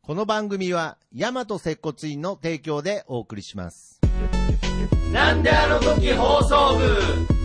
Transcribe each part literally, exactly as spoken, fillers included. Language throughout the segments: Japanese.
この番組は大和接骨院の提供でお送りします。 なんであの時放送部。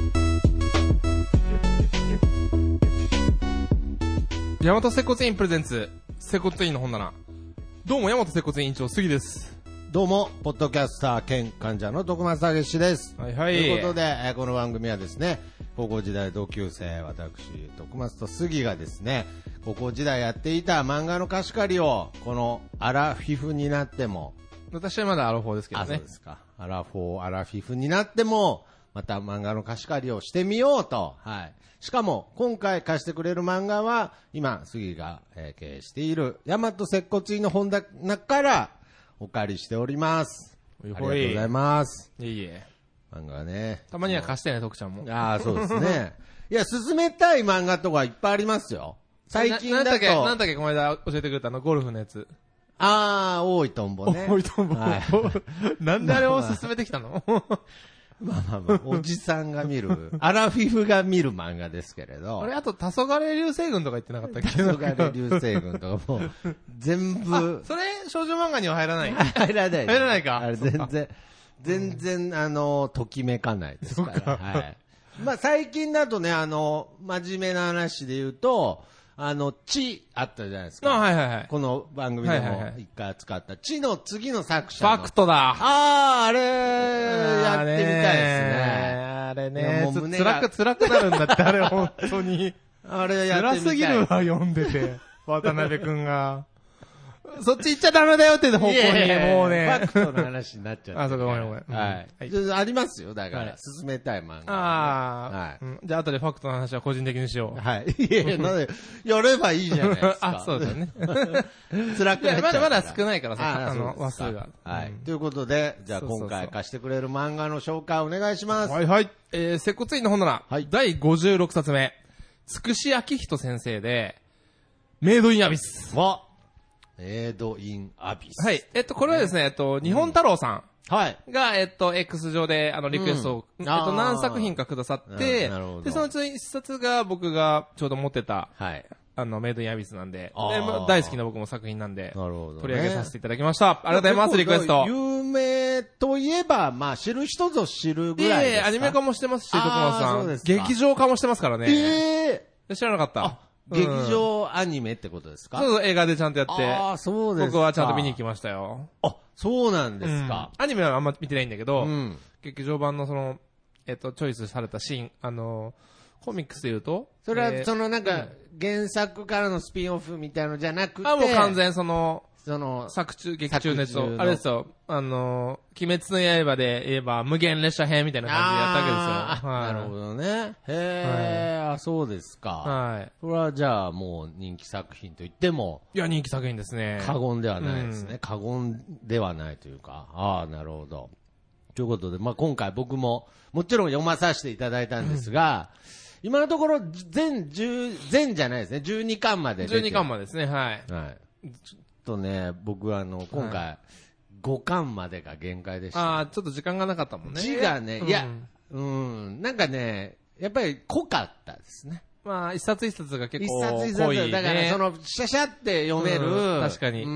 大和接骨院プレゼンツ接骨院の本棚。どうも大和接骨院院長杉です。 どうもポッドキャスター兼患者の徳松武史です。 はいはい。 ということで、えー、この番組はですね、高校時代同級生私徳松と杉がですね、高校時代やっていた漫画の貸し借りをこのアラフィフになっても、 私はまだアラフォーですけどね。 あ、そうですか。アラフォーアラフィフになってもまた漫画の貸し借りをしてみようと。はい。しかも今回貸してくれる漫画は今杉が、えー、経営している大和接骨院の本棚からお借りしております。ありがとうございます。 いえいえ。 漫画ね。 たまには貸してね、徳ちゃんも。 ああ、そうですね。いや、進めたい漫画とかいっぱいありますよ。最近だと。 な、なんだっけ、なんだっけ、この間教えてくれたあの、ゴルフのやつ。 ああ、大井トンボね。 大井トンボ。はい、なんであれを進めてきたのまあまあまあ、おじさんが見る、アラフィフが見る漫画ですけれど。 あれ、あと、黄昏流星群とか言ってなかったっけ？ 黄昏流星群とかもう、全部。 それ、少女漫画には入らない入らない。 入らないか。 あれ、全然、全然、あの、ときめかないですから。はい。まあ、最近だとね、あの、真面目な話で言うと、あの、地あったじゃないですか。 あ、はいはいはい。 この番組でも一回扱った。地の次の作者の。 ファクトだ。 ああ、あれ、やってみたいですね。 あれね。 もうつらく、辛くなるんだって、あれ、本当に。 あれやってみたい。 辛すぎるわ、読んでて。渡辺くんが。そっち行っちゃダメだよって方向に、もうね。 ファクトの話になっちゃって。 あ、そうか、ごめんごめん。 はい。ありますよ、だから、進めたい漫画。 ああ。はい。じゃあ、後でファクトの話は個人的にしよう。 はい。いやいや、なんで、やればいいじゃないですか。 あ、そうだね。 辛くなっちゃう。 まだまだ少ないからさ、あの、話数が。 はい。ということで、じゃあ今回貸してくれる漫画の紹介お願いします。 はいはい。えー、接骨院の本棚。はい。だいごじゅうろくさつめ。つくしあきひと先生で、メイドインアビス。 わメイドインアビス。 はい。えっと、これはですね、えっと、日本太郎さん。はい。が、えっと、X 上で、あの、リクエストを、えっと、何作品かくださって、で、そのうち一冊が僕がちょうど持ってた、はい。あの、メイドインアビスなんで、大好きな僕も作品なんで、なるほど。取り上げさせていただきました。ありがとうございます、リクエスト。 有名といえば、まあ、知る人ぞ知るぐらいですか。 ええ、アニメ化もしてますし、徳松さん。劇場化もしてますからね。ええ。知らなかった。 劇場アニメってことですか？ そうそう、映画でちゃんとやって。 ああ、そうですか。 僕はちゃんと見に行きましたよ。 あ、そうなんですか。 アニメはあんま見てないんだけど、劇場版のその、えっと、チョイスされたシーン、あの、コミックスで言うとそれは、そのなんか、原作からのスピンオフみたいのじゃなくて。 あ、もう完全その、 その、 作中、劇中のやつを、あれですよ、あの、鬼滅の刃で言えば、無限列車編みたいな感じでやったわけですよ。 なるほどね。へー、あ、そうですか。はい。これはじゃあもう人気作品と言っても。 いや、人気作品ですね。 過言ではないですね。過言ではないというか。ああ、なるほど。ということで、まあ今回僕も、もちろん読まさせていただいたんですが、今のところ全10、全じゃないですね。じゅうにかんまで出て。 じゅうにかんまでですね、はい。 はい。とね、僕はあの、今回、はい、ごかんまでが限界でした、ね。 ああ、ちょっと時間がなかったもんね。 字がね、いや、うん、うん、なんかね、やっぱり濃かったですね。 まあ、一冊一冊が結構濃い、ね。一冊一冊。だから、その、シャシャって読める。うん、 確かに。うん。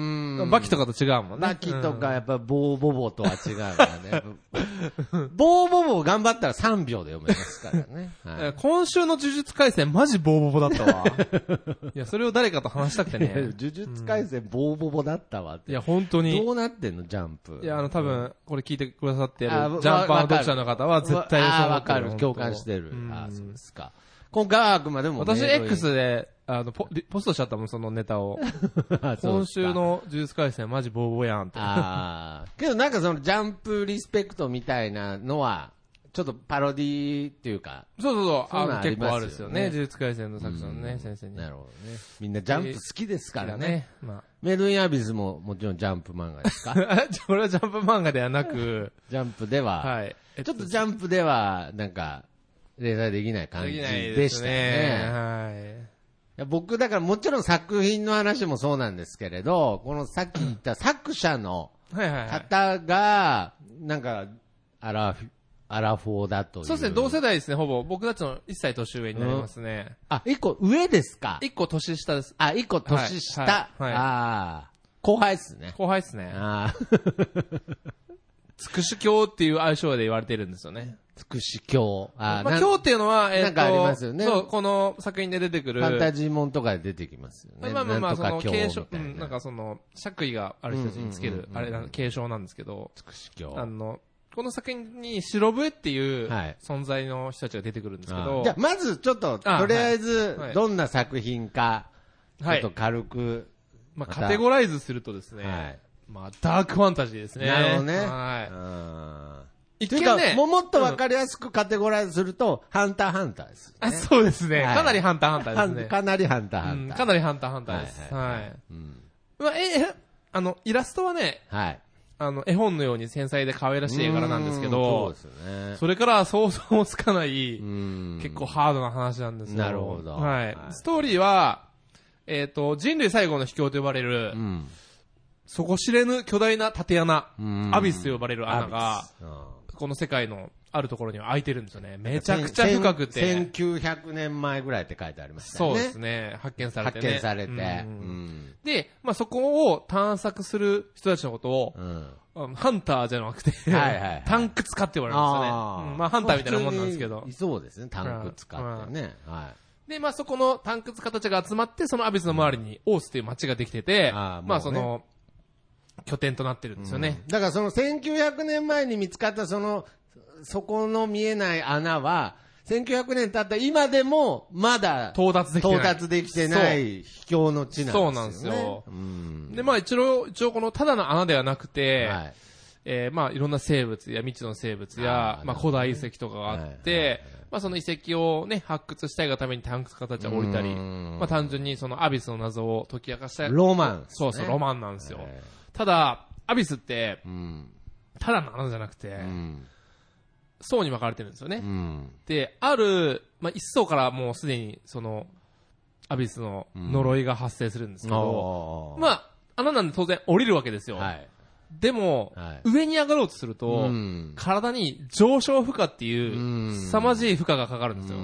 バキとかと違うもんね。 バキとか、やっぱ、ボーボボとは違うからね。ボーボボ頑張ったらさんびょうで読めますからね。 はい、今週の呪術廻戦、マジボーボボだったわ。いや、それを誰かと話したくてね。 呪術廻戦、ボーボボだったわって。 いや、本当に。 どうなってんの、ジャンプ。 いや、あの、多分、これ聞いてくださってる、ジャンパーの読者の方は絶対そうわかる。共感してる。あ、そうですか。今回はあくまでも私 X であの ポ, ポストしちゃったもんそのネタを今週の呪術廻戦マジボーボーやんってあけどなんかそのジャンプリスペクトみたいなのはちょっとパロディっていうかそうそうそうあの結構あるんですよね呪術廻戦の作者のね、うん、先生になるほどねみんなジャンプ好きですからね、ねまあ、メイドインアビスももちろんジャンプ漫画ですかこれはジャンプ漫画ではなくジャンプでは、はいえっと、ちょっとジャンプではなんか連載できない感じでしたね。ねはい、いや僕だからもちろん作品の話もそうなんですけれど、このさっき言った作者の方がなんかアラフアラフォーだという。 そうですね、同世代ですね、ほぼ僕たちのいっさい年上になりますね。うん、 あ、いっこ上ですか。 いっこ年下です。 あ、いっこ年下。はいはいはい、ああ。 後輩っすね。 後輩っすね。あつくし教っていう愛称で言われてるんですよね。 つくし教。 あまあ、教っていうのは、えー、 なんかありますよね。 そう、この作品で出てくる。 ファンタジーもんとかで出てきますよね。 まあまあまあ、その、継承、うん、なんかその、爵位がある人たちにつける、あれ、継承なんですけど、 つくし教。 あの、この作品に白笛っていう存在の人たちが出てくるんですけど。 じゃあ、まずちょっと、とりあえず、どんな作品か、ちょっと軽く。 まあ、カテゴライズするとですね、はい、まあ、ダークファンタジーですね。 なるほどね。 はい。 一見ね、もうもっとわかりやすくカテゴライズすると、ハンターハンターです、ね。 あ、そうですね、はい。かなりハンターハンターですね。 かなりハンターハンター。 うん、かなりハンターハンターです。はい。はいはいうん、まあ、え、あの、イラストはね、はい。あの、絵本のように繊細で可愛らしい絵柄なんですけど、そうですね。それから想像もつかない、結構ハードな話なんですよ。 なるほど。 はい。はい、ストーリーは、えっと、人類最後の秘境と呼ばれる、うん、底知れぬ巨大な縦穴、アビスと呼ばれる穴が、この世界のあるところには開いてるんですよね。めちゃくちゃ深くて。 せんきゅうひゃくねんまえぐらいって書いてありましたね。 そうですね。発見されてね。 発見されて。うんうんで、まあ、そこを探索する人たちのことを、うん、ハンターじゃなくてはいはい、はい、タンク使って言われるんですよね。あうん、まあ、ハンターみたいなもんなんですけど。 そうですね、タンク使ってね。はい。 で、まあ、そこのタンク使たちが集まって、そのアビスの周りにオースっていう街ができてて、うんあね、まあ、その、拠点となってるんですよね。 うん、だからそのせんきゅうひゃくねんまえに見つかったその、そこの見えない穴は、せんきゅうひゃくねん経った今でも、まだ、 到達できてない。 到達できてない秘境の地なんですよね。 そうなんですよ。うん、で、まあ一応、一応このただの穴ではなくて、はい、えー、まあいろんな生物や未知の生物や、あまあ古代遺跡とかがあって、はいはいはい、まあその遺跡をね、発掘したいがためにタンク使たちは降りたり、まあ単純にそのアビスの謎を解き明かしたい。 ロマン、ね。 そうそう、ロマンなんですよ。ただ、アビスって、うん、ただの穴じゃなくて、うん層に分かれてるんですよね。うん、で、ある、まあ、一層からもうすでに、その、アビスの呪いが発生するんですけど、うん、まあ、穴なんで当然降りるわけですよ。はい、でも、はい、上に上がろうとすると、うん、体に上昇負荷っていう、凄まじい負荷がかかるんですよ。うん、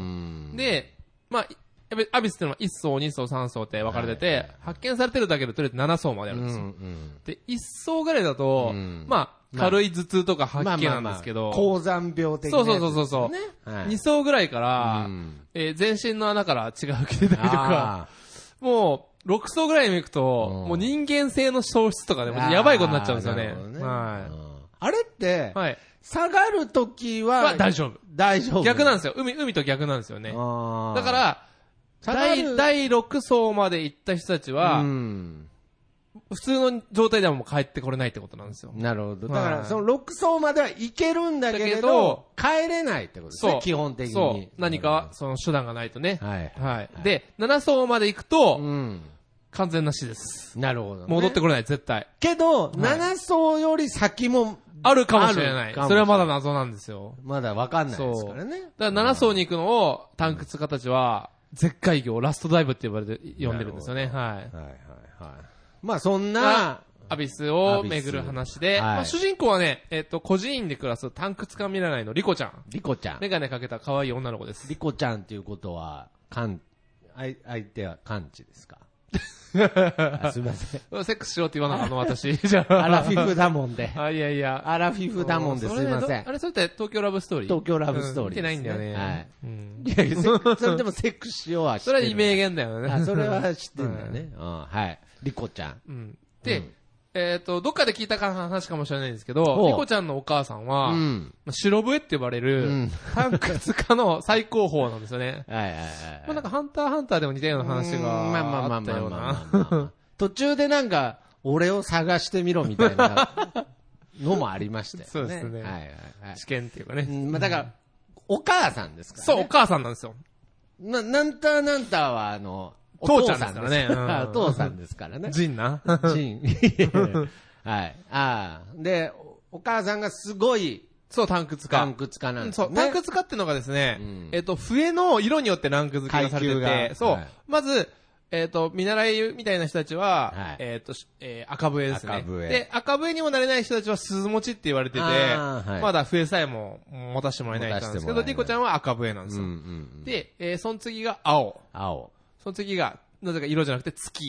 で、まあ、アビスっていうのは一層、二層、三層って分かれてて、はい、発見されてるだけでとりあえずなな層まであるんですよ。うんうん、で、一層ぐらいだと、うん、まあ、軽い頭痛とか吐き気なんですけど。 高山病的なやつですね。 そうそうそうそう。はい、に層ぐらいから、うん、えー、全身の穴から血が吹き出たりとか、もう、ろく層ぐらいに行くと、うん、もう人間性の喪失とかでもやばいことになっちゃうんですよね。ねはい、 あれって、はい、下がるときは、 は大丈夫。 大丈夫。 逆なんですよ。海、海と逆なんですよね。だから、第、第ろく層まで行った人たちは、うん普通の状態ではもう帰ってこれないってことなんですよ。 なるほど。だから、そのろく層までは行けるんだけれど、帰れないってことですね、基本的に。そう。 何か、その手段がないとね。はい。はい。で、なな層まで行くと、うん、完全なしです。 なるほど、ね。 戻ってこれない、絶対。 けど、はい、なな層より先も、 あるかもしれない。それはまだ謎なんですよ。 まだわかんないですからね。 だからなな層に行くのを、タンクツカたちは、絶海魚、ラストダイブって呼ばれて、呼んでるんですよね。はい。はいはいはい。 まあそんな、 アビスを巡る話で、はいまあ、主人公はね、えっ、ー、と、孤児院で暮らすタンクつかみらないのリコちゃん。 リコちゃん。 メガネかけた可愛い女の子です。 リコちゃんっていうことは、かん、相手はカンチですかあすみません。 セックスしろって言わなかったの私。 じゃあ。アラフィフだもんで。 あ、いやいや。 アラフィフだもんですいません。 あれ、それって東京ラブストーリー東京ラブストーリー、 ねうん。見てないんだよね。はい。 うん、いやいや、それでもセックスしようは知ってる。 それは名言だよね。 あ、それは知ってるんだよね。うん、はい。リコちゃん。 うん。で、うんえっ、ー、と、どっかで聞いた話かもしれないんですけど、リコちゃんのお母さんは、うん、白笛って呼ばれる、うん、タンクツカの最高峰なんですよね。はいはいはい。まあなんかハンターハンターでも似たような話があったような。 途中でなんか、俺を探してみろみたいなのもありましたよね。 そうですね。はいはいはい。試験っていうかね。 うん、まあだから、お母さんですからね。 そう、お母さんなんですよ。 な、なんたなんたはあの、 父ちゃんですからね。 お父さんですからね。 ジンな。 ジン。はい。ああ。で、お母さんがすごい、 そう、タンクツカ。 タンクツカなんですね。 そう、タンクツカってのがですね、うん、えっと、笛の色によってランク付けがされてて、そう、はい、まず、えっと、見習いみたいな人たちは、はい、えっと、えー、赤笛ですね。赤笛。で、赤笛にもなれない人たちは鈴持ちって言われてて、はい、まだ笛さえも持たせてもらえない人なんですけど、リコちゃんは赤笛なんですよ。うんうんうん、で、えー、その次が青。 青。 その次が、なぜか色じゃなくて月。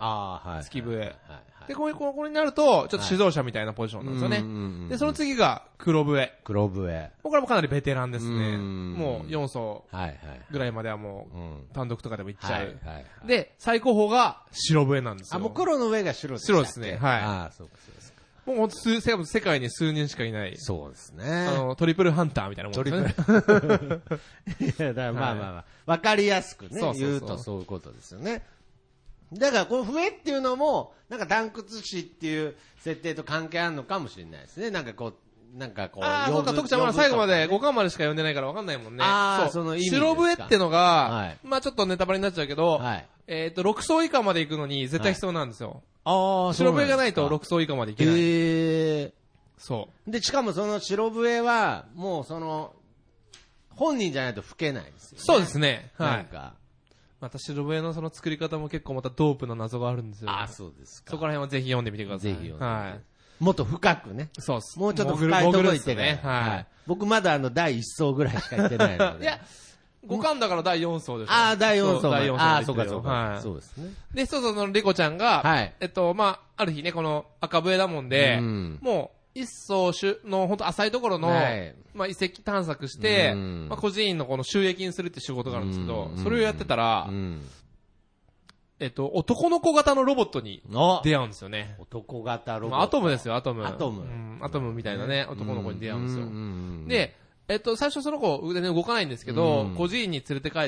ああ、はい。 月笛。はいはいはい、で、ここここになると、ちょっと指導者みたいなポジションなんですよね。はい、うんうんうん、で、その次が黒笛。 黒笛。 ここらもかなりベテランですね。もうよん層ぐらいまではもう、単独とかでもいっちゃう。はいはいはい、で、最高峰が白笛なんですよ。 あ、もう黒の上が白ですね。 白ですね。はい。 ああ、そうかそうですか。 もうほんと数、世界に数人しかいない。 そうですね。 あの、トリプルハンターみたいなもんですね。トリプル。 いや、だからまあまあまあ、わかりやすくね、そうそうそう言うとそういうことですよね。だから、この笛っていうのも、なんか、断屈詞っていう設定と関係あるのかもしれないですね。なんかこう、なんかこう、 ああ、そうか、徳ちゃんまだ最後までごかんまでしか読んでないからわかんないもんね。 ああ、その意味ですか。 白笛ってのが、はい、まあちょっとネタバレになっちゃうけど、はい、えっと、ろく層以下まで行くのに絶対必要なんですよ。はい、ああ、白笛がないとろく層以下まで行けない。へえ。そう。 で、しかもその白笛は、もうその、本人じゃないと吹けないんですよ、ね。 そうですね。はい。なんか、 また白笛のその作り方も結構またドープな謎があるんですよ、ね。 ああ、そうですか。 そこら辺はぜひ読んでみてください。 ぜひ読んでみて。はい。もっと深くね。 そうっす。 もうちょっと深いところ行ってね。はい。僕まだあの第一層ぐらいしか行ってないので。 いや、ごかんだからだいよん層でしょ。 ああ、だいよん層。 だいよん層。 ああ、そうかそうか。 はい。 そうですね。 で、そうそう、そのリコちゃんが、はい。えっと、まあ、ある日ね、この赤笛だもんで、うん、もう、一層の本当浅いところの、はい、まあ遺跡探索して、まあ個人のこの収益にするって仕事があるんですけど、それをやってたら、えっと、男の子型のロボットに出会うんですよね。 男型ロボット。 まあ、アトムですよ、アトム。 アトム。 うん、アトムみたいなね、男の子に出会うんですよ。で、えっと、最初その子腕で動かないんですけど、孤児院に連れて帰って、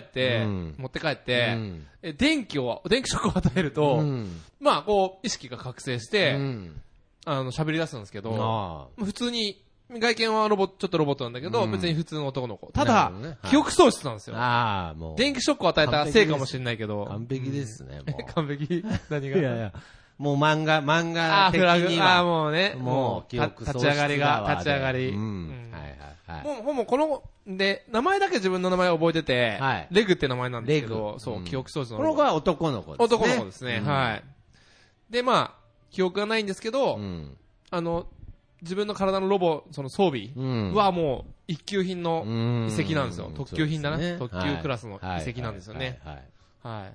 持って帰って、え電気を、電気ショックを与えると、まあ、こう、意識が覚醒して、あの、喋り出すんですけど、普通に、外見はロボ、ちょっとロボットなんだけど、別に普通の男の子。ただ、記憶喪失なんですよ。ああ、もう。電気ショックを与えたせいかもしれないけど。 完璧ですね、もう。完璧何がいやいや。もう漫画、漫画的には。 ああ、もうね。 もう、記憶喪失。 立ち上がりが、立ち上がり。うん。はいはいはい。もう、もうこの、で、名前だけ自分の名前を覚えてて、レグって名前なんですけど、そう、記憶喪失の。 この子は男の子ですね。 男の子ですね、はい。で、まあ、記憶がないんですけど、あの、自分の体のロボ、その装備はもう一級品の遺跡なんですよ。特級品だな、ね。特級クラスの遺跡なんですよね。 はい。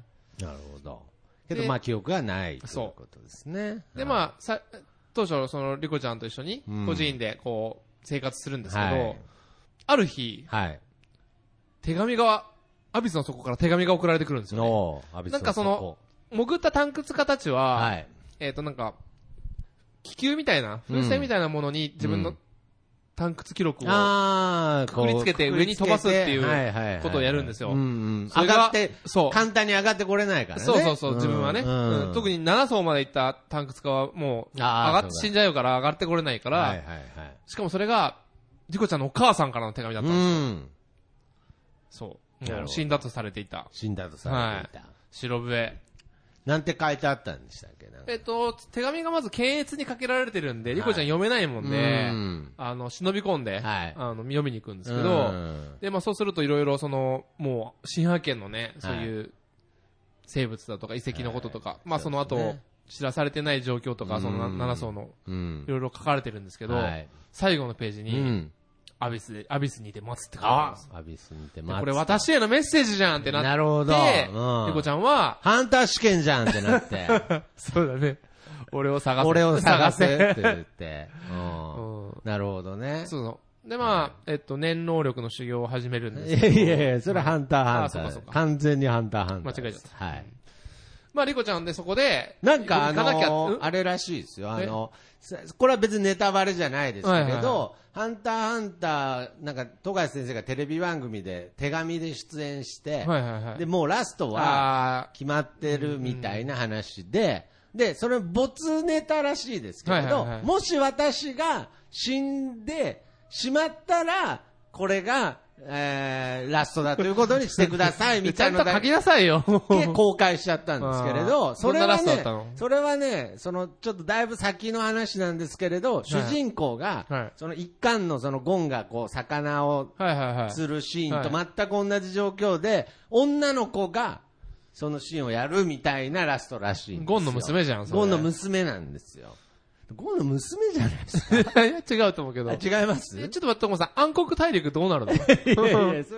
なるほど。けどまあ記憶がないということですね。 でまあ、さ当初そのリコちゃんと一緒に孤児院でこう生活するんですけど、はい、ある日、はい、手紙が、アビスの底から手紙が送られてくるんですよね。なんかその、潜った探掘家たちは、はい、えっとなんか、気球みたいな、風船みたいなものに自分の探掘記録をくくりつけて上に飛ばすっていうことをやるんですよ。 上がって、簡単に上がってこれないからね。 そうそうそう、自分はね。特になな層まで行った探掘家はもう、上がって死んじゃうから上がってこれないから、しかもそれが、リコちゃんのお母さんからの手紙だったんですよ。そう。もう死んだとされていた。 死んだとされていた。 白笛。 なんて書いてあったんでしたっけ？ えっと、手紙がまず検閲にかけられてるんで、リコちゃん読めないもんで、あの、忍び込んで、あの、読みに行くんですけど、で、まあそうするといろいろその、もう、新発見のね、そういう生物だとか遺跡のこととか、まあその後、知らされてない状況とか、そのなな層の、いろいろ書かれてるんですけど、最後のページに、アビスで、アビスにて待つって書いてあるんです。 アビスにて待つ。 これ私へのメッセージじゃんってなって。 なるほど。 リコちゃんは、 ハンター試験じゃんってなって。 そうだね。俺を探せ。 俺を探せって言って。なるほどね。 そうそう。で、まあ、えっと、念能力の修行を始めるんですけど。いやいやいや、それはハンターハンター。完全にハンターハンター。 間違えちゃった。 はい。 まあ、リコちゃんでそこで、 なんかあの、あれらしいですよ。あの、これは別にネタバレじゃないですけど、ハンターハンター、なんか、富樫先生がテレビ番組で手紙で出演して、で、もうラストは決まってるみたいな話で、で、それ没ネタらしいですけれど、もし私が死んでしまったら、これが、えー、ラストだということにしてくださいみたいなのだけ書きなさいよ。 公開しちゃったんですけれど、それはね、それはね、そのちょっとだいぶ先の話なんですけれど、主人公が、その一巻のそのゴンがこう魚を釣るシーンと全く同じ状況で、女の子がそのシーンをやるみたいなラストらしいんですよ。 ゴンの娘じゃん、それ。 ゴンの娘なんですよ。ゴンの娘じゃないですか。 いや、違うと思うけど。 違います？ ちょっと待って、トモさん、暗黒大陸どうなるの？いやいや、それ、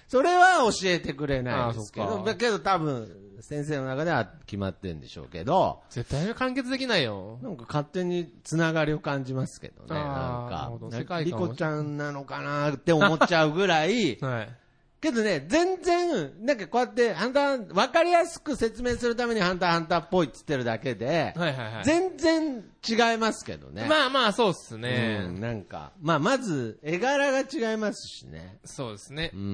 それは教えてくれないですけど、だけど多分、先生の中では決まってるんでしょうけど、 絶対完結できないよ。 なんか勝手につながりを感じますけどね、なんか、リコちゃんなのかなって思っちゃうぐらい、はい、けどね、全然、なんかこうやって、ハンター、わかりやすく説明するためにハンターハンターっぽいって言ってるだけで、はいはいはい、全然違いますけどね。 まあまあ、そうっすね。 うん、なんか、まあまず、絵柄が違いますしね。 そうですね。 うん。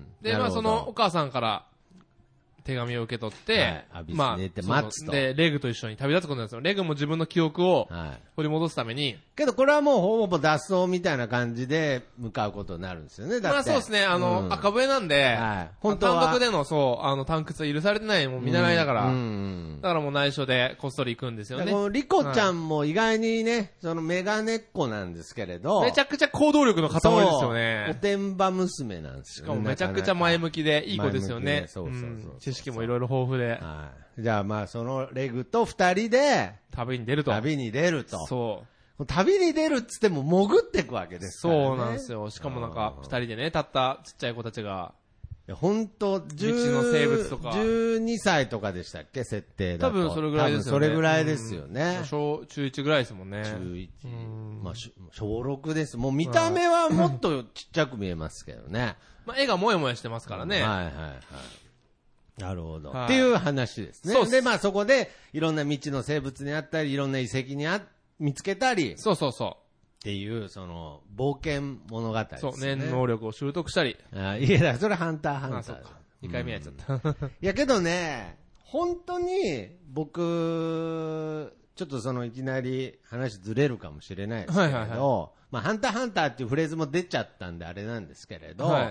で、まあそのお母さんから、手紙を受け取って、 はい、まあ、寝て待つと。 で、レグと一緒に旅立つことなんですよ。レグも自分の記憶を取り戻すために。はい、 けどこれはもうほぼ脱走みたいな感じで向かうことになるんですよね。だってまあそうですね。あの、うん、赤笛なんで、はい、本当は単独での、そう、あの、探掘は許されてない、もう見習いだから、うんうん、だからもう内緒でこっそり行くんですよね。 このリコちゃんも意外にね、はい、そのメガネっ子なんですけれど、 めちゃくちゃ行動力の塊ですよね。 おてんば娘なんですよね。 しかもめちゃくちゃ前向きでいい子ですよね。ねそうそうそうそう、うん。知識もいろいろ豊富で。 はい、じゃあまあそのレグと二人で旅に出ると。 旅に出ると。 そう。 旅に出るっつっても潜っていくわけですからね。 そうなんですよ。しかもなんか二人でね、たったちっちゃい子たちが。 いや本当未知の生物とか。 じゅうにさいとかでしたっけ設定だと。 多分それぐらいですよね。 それぐらいですよね。 小中いちぐらいですもんね。 中いち。まあ小ろくです。もう見た目はもっとちっちゃく見えますけどね。 まあ絵がもやもやしてますからね。 はいはいはい。なるほど、はい。っていう話ですね。そうで、まあそこで、いろんな未知の生物にあったり、いろんな遺跡にあ見つけたり。 そうそうそう。 っていう、その、冒険物語ですね。 そう、念能力を習得したり。 あいや、それハンターハンター。あ、そうか。 にかいめやっちゃった。 いやけどね、本当に、僕、ちょっとそのいきなり話ずれるかもしれないですけれど、はいはいはい、まあハンターハンターっていうフレーズも出ちゃったんであれなんですけれど、はい、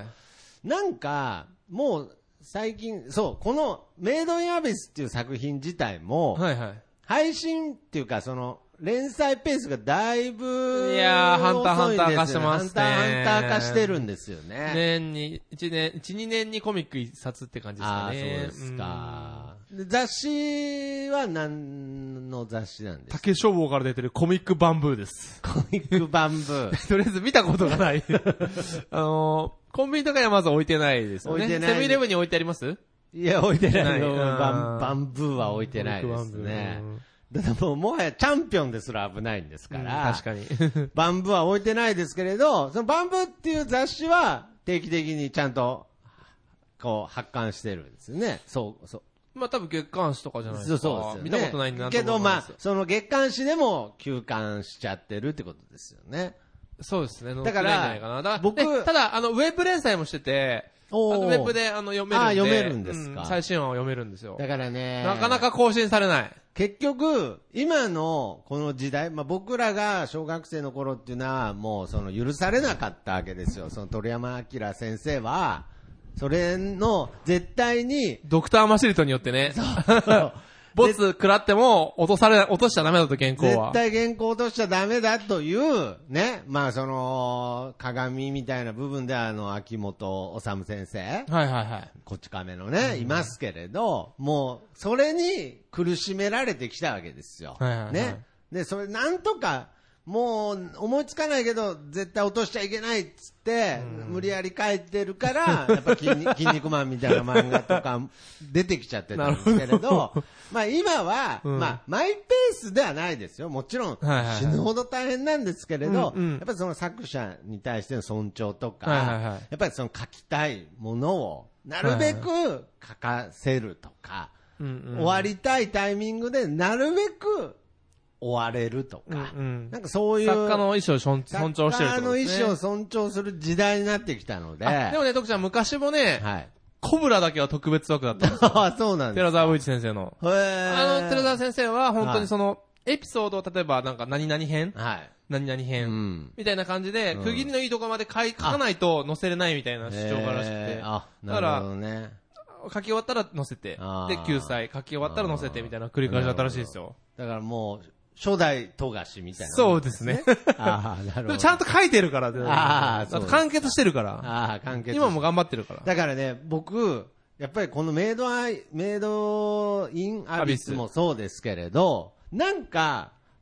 なんか、もう、最近、そう、このメイドインアビスっていう作品自体も、はいはい、配信っていうか、その、連載ペースがだいぶ、 いやー、ハンターハンター化してますね。 ハンターハンター化してるんですよね。 年に、一年、一、二年にコミック一冊って感じですかね。 ああ、そうですか。で雑誌は何の雑誌なんですか？ 竹書房から出てるコミックバンブーです。 コミックバンブー。 とりあえず見たことがない。あのー、コンビニとかにはまず置いてないですよね。置いてない。セブンイレブンに置いてあります？ いや、置いてない。バン、バンブーは置いてないですね。だからもう、もはやチャンピオンですら危ないんですから。 うん、確かに。 バンブーは置いてないですけれど、そのバンブーっていう雑誌は定期的にちゃんと、こう、発刊してるんですよね。そう、そう。 まあ多分月刊誌とかじゃないですか。そうですよね。見たことないんだけどまあ、その月刊誌でも休刊しちゃってるってことですよね。 そうですね。 だから、 かな僕、ただ、あの、ウェブ連載もしてて、あのウェブであの読めるんで。あ、 読めるんですか、 うん。最新話を読めるんですよ。 だからね。 なかなか更新されない。 結局、今のこの時代、まあ僕らが小学生の頃っていうのは、もうその許されなかったわけですよ。その鳥山明先生は、それの絶対にドクターマシリトによってねボツ食らっても落とされ落としちゃダメだと原稿は絶対原稿落としちゃダメだというね、まあその鏡みたいな部分であの秋元治先生、はいはいはい、 こっち亀のね、うん、いますけれど、もうそれに苦しめられてきたわけですよ、はいはいはい、ね。でそれなんとかもう思いつかないけど絶対落としちゃいけないっつって無理やり書いてるからやっぱ筋肉マンみたいな漫画とか出てきちゃってたんですけれどまあ今はまあマイペースではないですよ。もちろん死ぬほど大変なんですけれどやっぱりその作者に対しての尊重とかやっぱりその書きたいものをなるべく書かせるとか終わりたいタイミングでなるべく追われるとか、うんうん、なんかそういう作家の意思を尊重してると、ね、 作家の意思を尊重する時代になってきたので、 でもね、徳ちゃん昔もね、はい、コブラだけは特別枠だったんですよ。 あ、そうなんです。 寺澤武一先生の。へー。あの寺澤先生は本当にその、はい、エピソードを例えばなんか何々編、はい、何々編、うん、みたいな感じで、うん、区切りのいいところまで書い書かないと載せれないみたいな主張があるらしくて、あ、なるほどね。書き終わったら載せて、で救済書き終わったら載せてみたいな繰り返しだったらしいですよ。 だからもう初代富樫みたいな、 ね。そうですね。ああ、なるほど。ちゃんと書いてるからで。ああ、そう。完結してるから。 ああ、完結。 今も頑張ってるから。 だからね、僕、やっぱりこのメイドアイ、メイドインアビスもそうですけれど、なんか、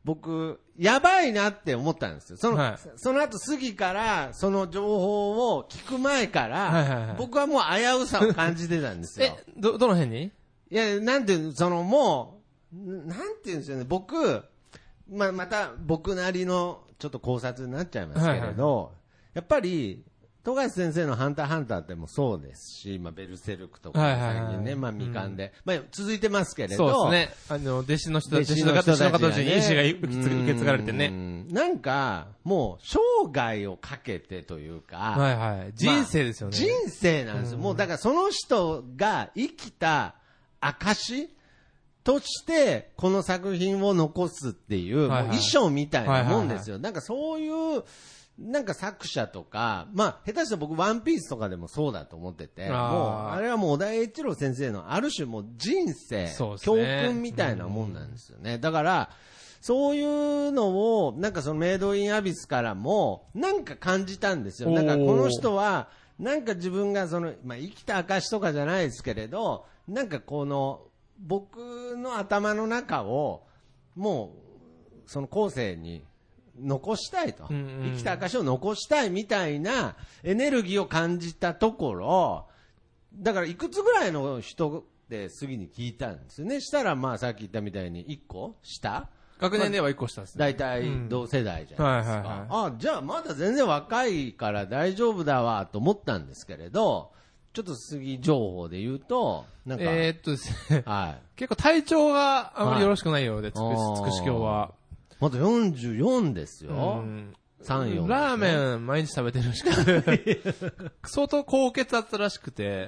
僕、やばいなって思ったんですよ。その、 はい、 その後杉からその情報を聞く前から、はいはいはい、僕はもう危うさを感じてたんですよ。 え、ど、どの辺に？ いや、なんていう、そのもう、なんていうんですよね、僕、まあ、また僕なりのちょっと考察になっちゃいますけれど、はいはい、やっぱり、富樫先生のハンターハンターってもそうですし、まあ、ベルセルクとか最近ね、まあ、未完で、うん、まあ、続いてますけれど。 そうですね。あの、弟子の人たち、弟子の方たちに意志が受け継がれてね。 なんか、もう、生涯をかけてというか、 はいはい。人生ですよね。 まあ、人生なんですよ。もう、だからその人が生きた証として、この作品を残すっていう、はいはい、もう遺書みたいなもんですよ。はいはいはい、なんかそういう、なんか作者とか、まあ、下手したら僕ワンピースとかでもそうだと思ってて、あもう、あれはもう小田栄一郎先生のある種もう人生、ね、教訓みたいなもんなんですよね。だから、そういうのを、なんかそのメイドインアビスからも、なんか感じたんですよ。なんかこの人は、なんか自分がその、まあ、生きた証とかじゃないですけれど、なんかこの、僕の頭の中を、もう、その後世に、残したいと、うんうん、生きた証を残したいみたいなエネルギーを感じたところ、だからいくつぐらいの人で杉に聞いたんですよね。したらまあさっき言ったみたいにいっこ下、 学年ではいっこ下ですね。 大体同世代じゃないですか、うんはいはいはい、あじゃあまだ全然若いから大丈夫だわと思ったんですけれど、ちょっと杉情報で言うとなんかえー、っとですね、はい、結構体調があまりよろしくないようで、つくし教はまだよんじゅうよんですよ。さん、よん。 ラーメン毎日食べてるしか相当高血圧らしくて。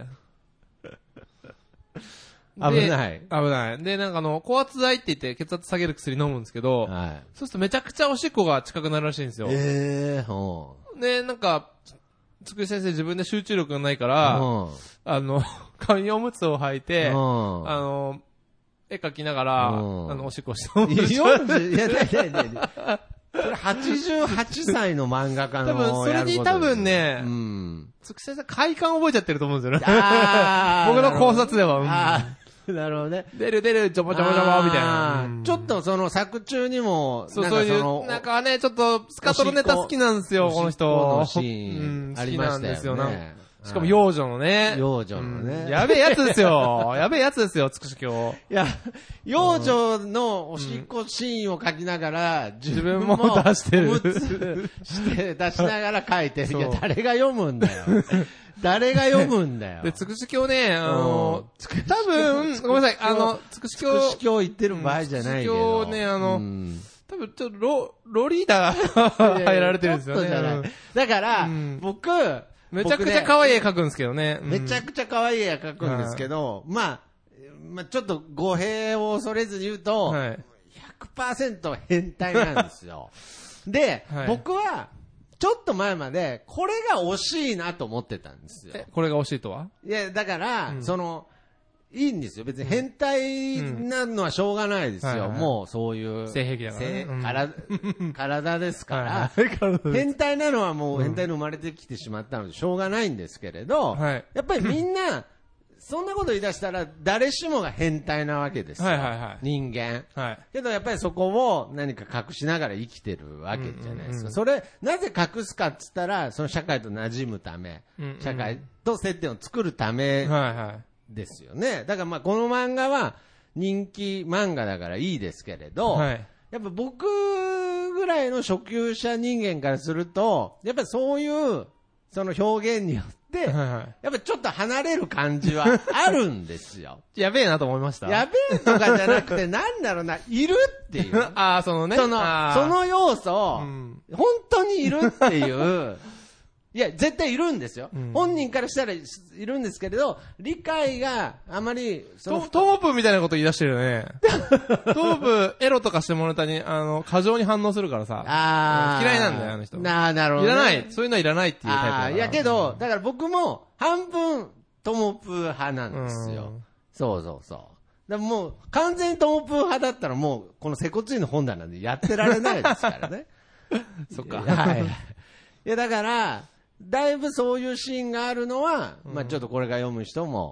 危ない。 危ない。で、なんかあの、高圧剤って言って血圧下げる薬飲むんですけど、はい、そうするとめちゃくちゃおしっこが近くなるらしいんですよ。 えー、ほうで、なんか、つくし先生自分で集中力がないから、あの、紙おむつを履いて、あの、絵描きながら、あの、おしっこしてもらう。よんじゅう、いや、いやいやいやそれはちじゅうはっさいの漫画家の多分、それに多分ね、うん。つくし先生、快感覚えちゃってると思うんですよね。僕の考察では。 うん、なるほどね。 出る出る、ちょぼちょぼちょぼみたいな。 うん、ちょっとその作中にも、 そう、そういう、なんかね、ちょっとスカトロネタ好きなんですよ、この人。 のシーン、ありましたよね。好きなんですよね。 しかも幼女のね。 幼女のね、 うん。やべえやつですよ。やべえやつですよ、つくし教。 いや、幼女のおしっこシーンを書きながら、 自分も出してる。 して出しながら書いてる。いや、誰が読むんだよ。誰が読むんだよ。 で、つくし教ね、あの、多分、ごめんなさい、あの、つくし教。 つくし教言ってる場合じゃないけど。つくし教ね、あの、多分ちょっとロ、ロリーダー入られてるんですよね。 だから、僕、 めちゃくちゃ可愛い絵描くんですけどね。 めちゃくちゃ可愛い絵描くんですけど、まあ、まあ、ちょっと語弊を恐れずに言うと、はい、ひゃくパーセント 変態なんですよ。で、はい、僕は、ちょっと前まで、これが惜しいなと思ってたんですよ。 え、これが惜しいとはいや、だから、うん、その、いいんですよ。別に変態なのはしょうがないですよ。うんはいはい、もうそういう。 性癖だから、ね。 体、体ですから、変態なのはもう変態に生まれてきてしまったのでしょうがないんですけれど、はい、やっぱりみんな、そんなこと言い出したら誰しもが変態なわけですよ。はいはいはい、人間、はい。けどやっぱりそこを何か隠しながら生きてるわけじゃないですか。うんうんうん、それ、なぜ隠すかって言ったら、その社会と馴染むため、うんうん、社会と接点を作るため、はいはいですよね。だからまあこの漫画は人気漫画だからいいですけれど、はい、やっぱ僕ぐらいの初級者人間からすると、やっぱりそういうその表現によって、はいはい、やっぱりちょっと離れる感じはあるんですよ。 やべえなと思いました。 やべえとかじゃなくて、なんだろうな、いるっていう。 ああ、そのね。 その、その要素、うん、本当にいるっていう。いや、絶対いるんですよ、うん。本人からしたらいるんですけれど、理解があまり、 そのトープみたいなこと言い出してるよね。トープ、エロとかしてもらったに、あの、過剰に反応するからさ。あ嫌いなんだよ、あの人。 ななるほど、 ね。いらない。そういうのはいらないっていうタイプだから。 いやけど、だから僕も半分トモプー派なんですよ。うそうそうそう。だもう、完全にトモプー派だったらもう、このセコツイの本棚でやってられないですからね。 そっか。 はい。いや、だから、だいぶそういうシーンがあるのは、うん、まあちょっとこれが読む人も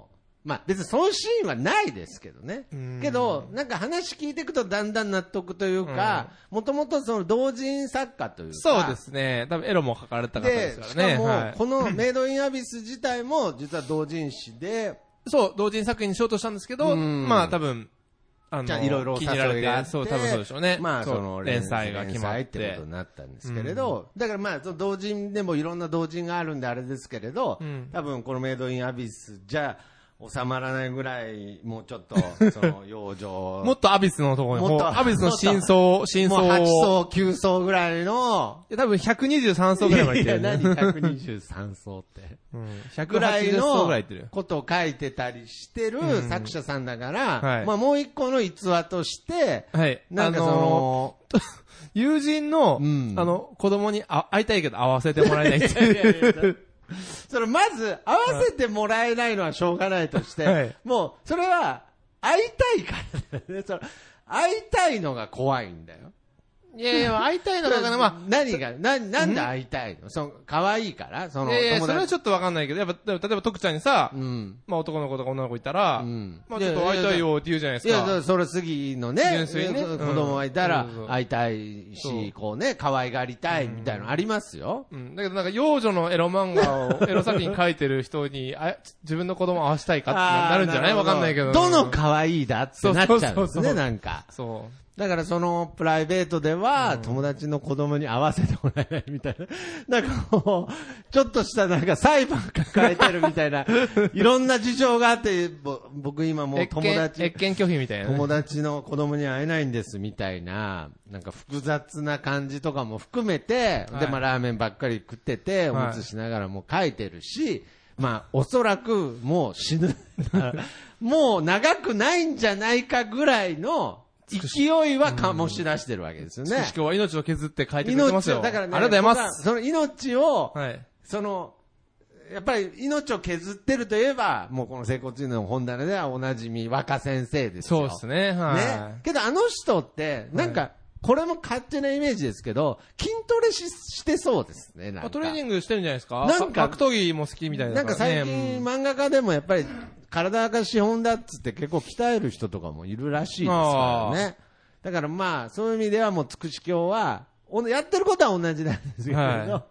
まあ別にそのシーンはないですけどね。けど、なんか話聞いていくとだんだん納得というか、もともとその同人作家というか。 そうですね。多分エロも書かれた方ですからね。 で、しかも、このメイドインアビス自体も実は同人誌で、 そう、同人作品にしようとしたんですけど、まあ多分、あの、 いろいろ気に入られて、 そう、多分そうでしょうね。 まあ、その連載が決まって。 連載ってことになったんですけれど、だからまあ、同人でもいろんな同人があるんであれですけれど、多分このメイドインアビスじゃ、収まらないぐらい、もうちょっと、その、養生。 もっとアビスのところに、もっとアビスの真相、真相を。 もうはち層、きゅう層ぐらいの。 いや、多分ひゃくにじゅうさん層ぐらいまでいってる、ね。 いや、何ひゃくにじゅうさん層って。うん。ひゃくはちじゅう層ぐらいいってる。ことを書いてたりしてる作者さんだから、うんはい、まあもう一個の逸話として、はい。なんかその、あのー、 友人の、うん、あの、子供にあ会いたいけど会わせてもらえないっていう。 それまず、合わせてもらえないのはしょうがないとして、はい、もう、それは、会いたいからだね。その会いたいのが怖いんだよ。 いやいや、会いたいのが、まあ、 何が、な、なんで会いたいのその、可愛いからその、 いやいや、それはちょっとわかんないけど、やっぱ、例えば徳ちゃんにさ、うん、まあ男の子とか女の子いたら、うん、まあちょっと会いたいよって言うじゃないですか。 いや、それ杉のね、純粋にね、子供がいたら、会いたいし、こうね、可愛がりたいみたいなのありますよ。 うん。だけどなんか、幼女のエロ漫画を、エロ作品書いてる人に、あ自分の子供を会わせたいかってなるんじゃないわかんないけど。 どの可愛いだってなっちゃうんですね、なんか。 そう。 だからそのプライベートでは友達の子供に会わせてもらえないみたいな。なんかもう、ちょっとしたなんか裁判抱えてるみたいな、いろんな事情があって、僕今もう友達、 越見拒否みたいな、ね。 友達の子供に会えないんですみたいな、なんか複雑な感じとかも含めて、はい、でまあラーメンばっかり食ってて、おむつしながらも書いてるし、まあおそらくもう死ぬ。もう長くないんじゃないかぐらいの、勢いは醸し出してるわけですよね。 つくし今日は命を削って書いてくれてますよ。 だからね、 ありがとうございます。 その命を、はい、その、やっぱり命を削ってるといえば、もうこの整骨院の本棚ではおなじみ若先生ですよ。 そうですね、はい。 ね。けどあの人って、なんか、はい、これも勝手なイメージですけど、筋トレししてそうですね、なんか。 トレーニングしてるんじゃないですか。なんか、格闘技も好きみたいな、 ね。なんか最近、うん、漫画家でもやっぱり、体が資本だっつって結構鍛える人とかもいるらしいですからね。だからまあ、そういう意味ではもう、つくし教は、やってることは同じなんですけど、はい、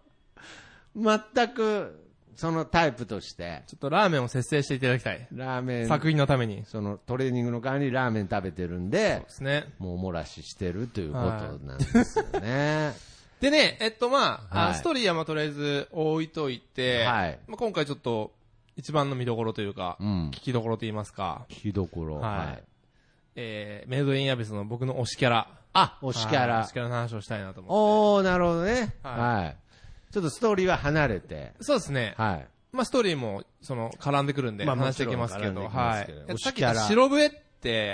全く、そのタイプとして。 ちょっとラーメンを節制していただきたい。 ラーメン。 作品のために。 そのトレーニングの代わりにラーメン食べてるんで、 そうですね。 もうおもらししてるということなんですよね。はい、 でね、えっとまあ、はい、ストーリーはまあとりあえず置いといて、はい、まあ、今回ちょっと、一番の見どころというか、うん、聞きどころと言いますか。 聞きどころ。 はい。はい、えー、メイドインアビスの僕の推しキャラ。 あ、推しキャラ。 推しキャラの話をしたいなと思って。 おー、なるほどね。はい。はい、ちょっとストーリーは離れて。 そうですね。はい。まあストーリーも、その、絡んでくるんで、話していきますけど、はい。さっき言った白笛って、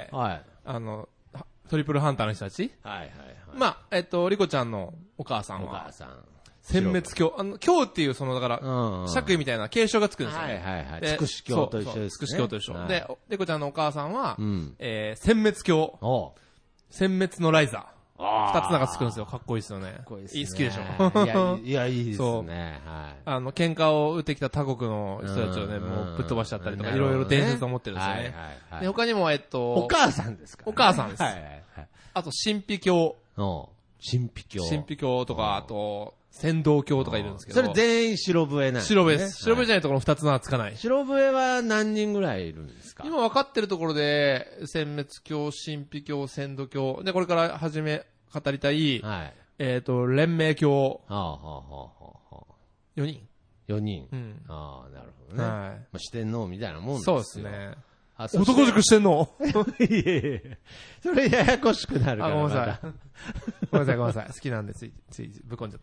はい。あの、トリプルハンターの人たち。はいはいはい。まあ、えっと、リコちゃんのお母さんは。お母さん。殲滅鏡。あの、鏡っていう、その、だから、うんうん、爵位みたいな継承がつくんですよね。はいはいはい。 つくし鏡と一緒ですね。 つくし鏡と一緒。はい、で、リコちゃんのお母さんは、うん、えー、殲滅鏡。殲滅のライザー。二つなんかつくんですよ。かっこいいですよね。かっこいいですね。好きでしょ。 いや、いや、いいですね。はい。 あの、喧嘩を打ってきた他国の人たちをね、もうぶっ飛ばしちゃったりとか、いろいろ伝説を持ってるんですよね。はいはいはい。で、他にも、えっと、 お母さんですか？ お母さんです。はいはいはい。あと、神秘鏡。 神秘鏡。 神秘鏡とか、あと、仙道鏡とかいるんですけど。 それ全員白笛なんですね。 白笛です。白笛じゃないところ二つのはつかない。 白笛は何人ぐらいいるんですか？ 今分かってるところで、殲滅鏡、神秘鏡、仙道鏡。で、これから始め、語りたい、はい、えっ、ー、と、連盟教。はあ、はあはあはあ、よにん ? よ 人。うん。ああ、なるほどね。はい。まあ、四天王みたいなもんですよ。そうですね。男塾してんのいえいえ。それややこしくなるから。あ、 ごめんなさい。ごめんなさい、ごめんなさい。好きなんでつい、つい、ぶっこんじゃった。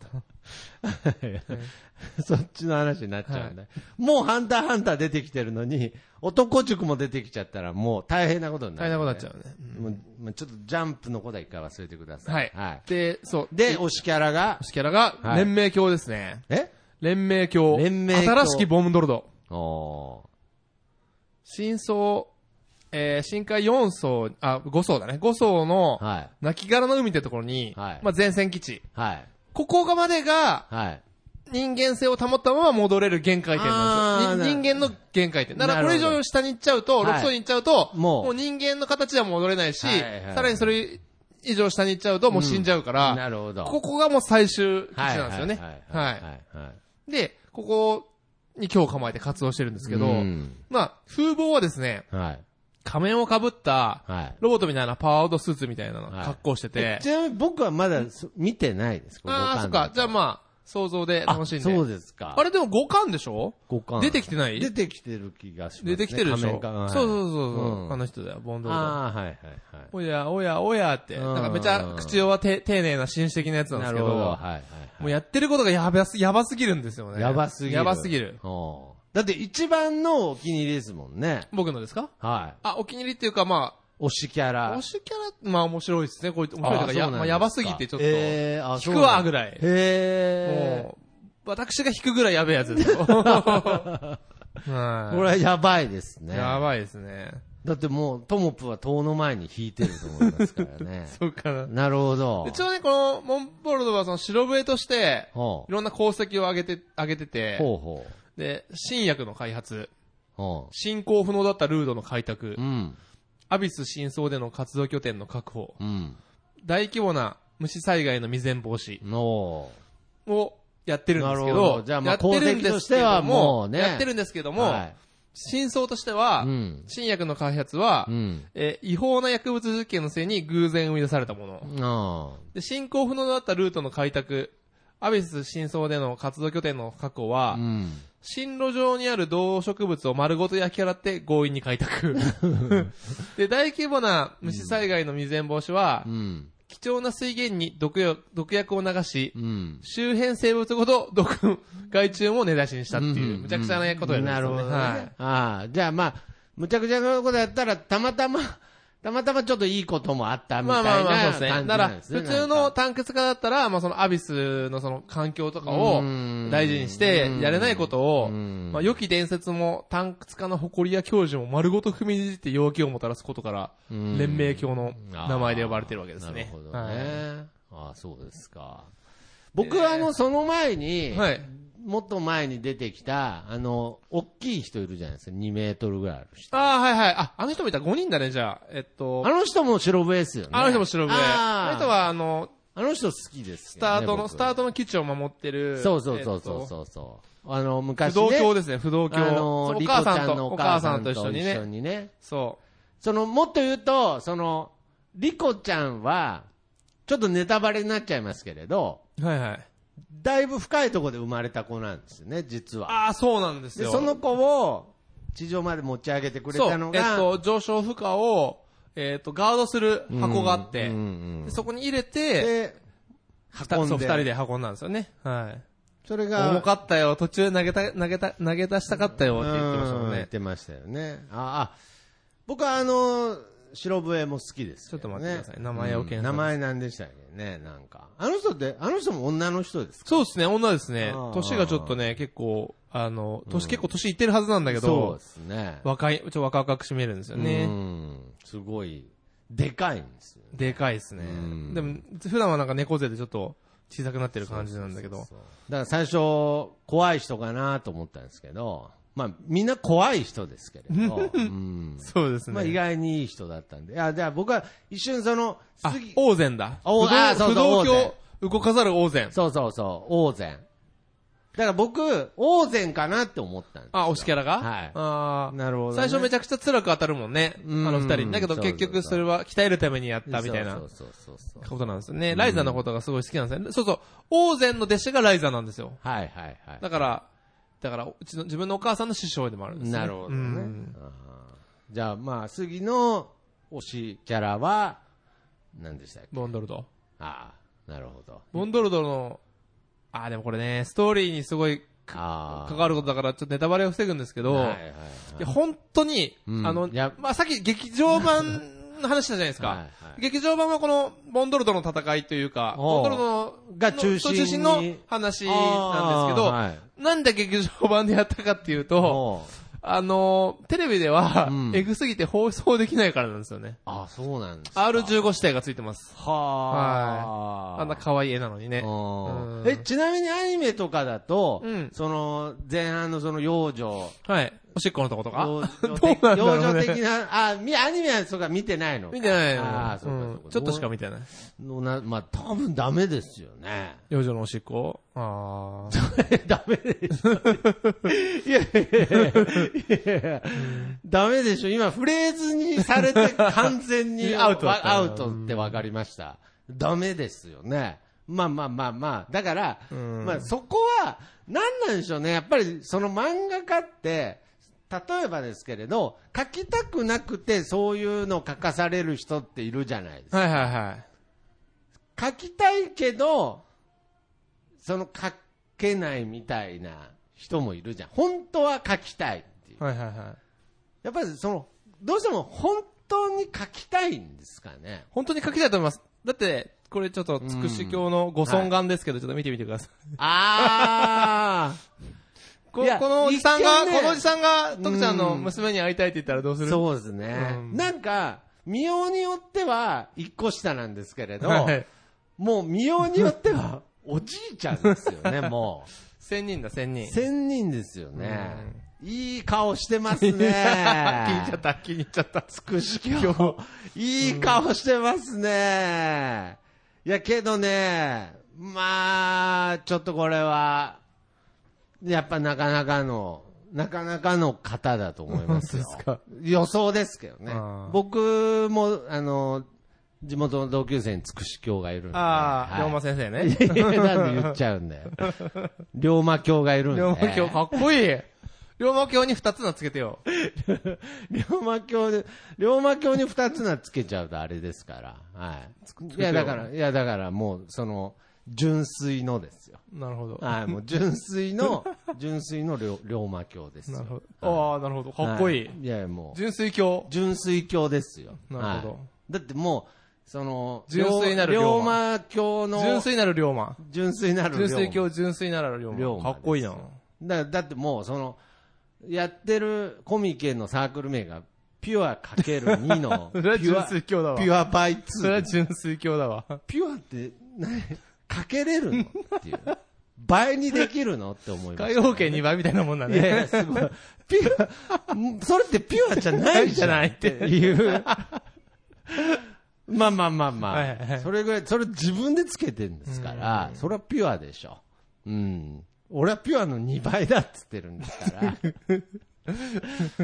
そっちの話になっちゃうんだ、はい。もうハンターハンター出てきてるのに、男塾も出てきちゃったらもう大変なことになる、 ね。大変なことになっちゃうね。 うん、もうちょっとジャンプのことは一回忘れてください。はい。はい、 で、そう。 で、推しキャラが推しキャラが、連盟教ですね。 はい、え連盟教。 連盟教。 新しきボムドルド。おー。真相、えー、深海よん層、あ、ご層だね。ご層の、はい。亡骸の海ってところに、はい。まあ、前線基地。はい。ここがまでが、はい。 人間性を保ったまま戻れる限界点なんですよ。人間の限界点。だからこれ以上下に行っちゃうと、ろく層に行っちゃうと、もうもう人間の形は戻れないし、はいはいはい、さらにそれ以上下に行っちゃうともう死んじゃうから、うん、なるほど。ここがもう最終基地なんですよね。はい。で、ここに今日構えて活動してるんですけど、うん、まあ、風貌はですね、はい、仮面をかぶった、ロボットみたいなパワードスーツみたいなの格好してて、はい、 ちなみに僕はまだ見てないです。 ああ、そっか。じゃあまあ、想像で楽しんで。 そうですか。 あれでもごかんでしょ ?ご巻。 出てきてない出てきてる気がしますね。 出てきてるでしょ、はい、そうそうそうそう、うん。あの人だよ、ボンドルド。 ああ、はいはいはい。 おやおやおやって、なんかめちゃ口調は丁寧な紳士的なやつなんですけど、なるほど、はいはいはい。もうやってることがやばす、やばすぎるんですよね。 やばすぎる。 やばすぎる。 だって一番のお気に入りですもんね。 僕のですか？ はい。 あ、お気に入りっていうかまあ、 推しキャラ。 推しキャラ、まあ面白いですね。こういう、面白いとか、や、まあ、やばすぎてちょっと、えー、あ引くわぐらい。 へー。 もう、私が引くぐらいやべえやつですよ。はい。これはやばいですね。 やばいですね。 だってもう、トモプは塔の前に引いてると思いますからね。 そうかな。 なるほど。 一応ね、この、モンボルドはその白笛として、いろんな功績を上げて、上げてて、ほうほう。で、新薬の開発、進行不能だったルートの開拓、うん、アビス深層での活動拠点の確保、うん、大規模な虫災害の未然防止をやってるんですけど、 じゃあまあ功績としてはもうね、 やってるんですけども、はい、真相としては、うん、新薬の開発は、うん、えー、違法な薬物実験のせいに偶然生み出されたもの。で、進行不能だったルートの開拓、アビス深層での活動拠点の確保は、うん、進路上にある動植物を丸ごと焼き払って強引に開拓。で、大規模な虫災害の未然防止は、うん、貴重な水源に毒薬毒薬を流し、うん、周辺生物ごと毒害虫も根絶しにしたっていう、むちゃくちゃなことやるんですよね。なるほどね。はい、 ああ、じゃあまあ、むちゃくちゃなことやったら、たまたま、たまたまちょっといいこともあったみたいな感じなんですね。 だから、普通の単血化だったら、まあそのアビスのその環境とかを大事にしてやれないことを、まあ良き伝説も単血化の誇りや教授も丸ごと踏みにじって陽気をもたらすことから、連盟教の名前で呼ばれてるわけですね。なるほどね。はい、 ああ、そうですか。僕はあの、その前に、はい、もっと前に出てきた、あの、大きい人いるじゃないですか。にメートルぐらいある人。 ああ、はいはい。あ、あの人もいたごにんだね、じゃあ。えっと。 あの人も白笛ですよね。 あの人も白笛。あの人は、あの、 あの人好きです、 ね。スタートの、スタートの基地を守ってる。 そうそうそうそうそうそう。あの、昔ね。不動教ですね、不動教。あの、 お母さんと、お母さんと一緒にね。 一緒にね。 そう。 その、もっと言うと、その、リコちゃんは、ちょっとネタバレになっちゃいますけれど。 はいはい。 だいぶ深いところで生まれた子なんですよね、実は。 ああ、そうなんですよ。 で、その子を地上まで持ち上げてくれたのが、 えっと、上昇負荷を、えっと、ガードする箱があって、うんうんうん、そこに入れて、で、運んで。そう、二人で運んだんですよね。はい。 それが、 重かったよ、途中投げた、投げた、投げ出したかったよって言ってましたもんね。 言ってましたよね。ああ、僕はあの、白笛も好きです、ね。 ちょっと待ってください。名前を検索、うん、 名前なんでしたっけね、なんか。あの人って、あの人も女の人ですか？ そうですね、女ですね。年がちょっとね、結構、あの、年、うん、結構年いってるはずなんだけど、 そうですね。 若い、ちょっと若々くしめるんですよね。 うん。すごい、でかいんですよ、ね。 でかいですね。でも、普段はなんか猫背でちょっと小さくなってる感じなんだけど。そうそうそうだから最初、怖い人かなと思ったんですけど、まあ、みんな怖い人ですけれど。うん、 そうですね。 まあ、意外にいい人だったんで。いや、じゃあ僕は一瞬その、 あ、王禅だ。 おあ、そうそう、 不動教、動かざる王禅。 そうそうそう、王禅。だから僕、王禅かなって思ったんですよ。 あ、推しキャラがはい。 ああ。 なるほど、ね。 最初めちゃくちゃ辛く当たるもんね。あの二人。だけど結局それは鍛えるためにやったみたいな。そうそうそうそう。ことなんですよね。ライザのことがすごい好きなんですよね。そうそう。王禅の弟子がライザなんですよ。 はいはいはい。 だから、だから、うちの、自分のお母さんの師匠でもあるんですね。 なるほどね。うん、じゃあ、まあ、杉の推しキャラは、何でしたっけ？ ボンドルド。 ああ、なるほど。 ボンドルドの、ああ、でもこれね、ストーリーにすごい、関わることだから、ちょっとネタバレを防ぐんですけど、はいはいはい、いや本当に、うん、あの、まあ、さっき劇場版の話したじゃないですか。はいはい、劇場版はこの、ボンドルドの戦いというか、ボンドルドが中心中心の話なんですけど、はい、なんで劇場版でやったかっていうと、 あのー、テレビでは、うん、エグすぎて放送できないからなんですよね。 あ、そうなんですか。 アールじゅうご 指定がついてます。 ははい。あんな可愛い絵なのにね。 うん、え、ちなみにアニメとかだと、うん、その、前半のその幼女。 はい。おしっこのとことか幼女幼女的な、あ、アニメはそうか見てないの見てないの。 ああ、そうか、そうか、 うん。ちょっとしか見てない。 のな、まあ、多分ダメですよね。 幼女のおしっこああ。ダメです。いやいやいやいやダメでしょ。今フレーズにされて完全にアウト、アウトって分かりました。ダメですよね。まあまあまあまあ。だから、まあそこは、何なんでしょうね。やっぱりその漫画家って、例えばですけれど、書きたくなくてそういうの書かされる人っているじゃないですか。 はいはいはい。 書きたいけど、その書けないみたいな人もいるじゃん。本当は書きたいっていう。 はいはいはい。 やっぱりその、どうしても本当に書きたいんですかね。 本当に書きたいと思います。だって、これちょっと、つくし教のご尊願ですけど、うん、ちょっと見てみてください。 あー。 こ, このおじさんが、ね、このおじさんが、徳ちゃんの娘に会いたいって言ったらどうする？ そうですね。うん、なんか、見ようによっては、一個下なんですけれど、はい、もう見ようによっては、おじいちゃんですよね、もう。 千人だ、千人。 千人ですよね。うん、いい顔してますね。気に入っちゃった、気に入っちゃった。 つくし教。いい顔してますね。いや、けどね、まあ、ちょっとこれは、やっぱなかなかの、なかなかの方だと思いますよ。 ですか。 予想ですけどね。僕も、あの、地元の同級生につくし教がいるんで。 ああ、龍馬先生ね。 いや、なんで言っちゃうんだよ。龍馬教がいるんで。 龍馬教かっこいい。龍馬教に二つ名つけてよ。 龍馬教で、龍馬教に二つ名つけちゃうとあれですから。はい。いや、だから、いや、だからもう、その、純粋のですよ。 なるほど。 はい、もう純粋の、純粋の龍馬教ですよ。 なるほど。ああ、なるほど。かっこいい。 いやいや、もう。 純粋教。 純粋教ですよ。 なるほど。 だってもう、その、 純粋なる龍馬教の、 純粋なる龍馬。 純粋なる龍馬。 純粋教、純粋なる龍馬。かっこいいな。 だ、だってもう、その、やってるコミケのサークル名が、ピュアかけるにの、 それは純粋教だわ。 ピュアバイツー。 それは純粋教だわ。 ピュアって、何かけれるのっていう。倍にできるのって思います、ね。 開放権にばいみたいなもんだね。 いやいや、すごい。ピュア、それってピュアじゃないじゃないっていう。まあまあまあまあ、はいはいはい。それぐらい、それ自分でつけてるんですから、それはピュアでしょ。うん。俺はピュアのにばいだっつってるんですから。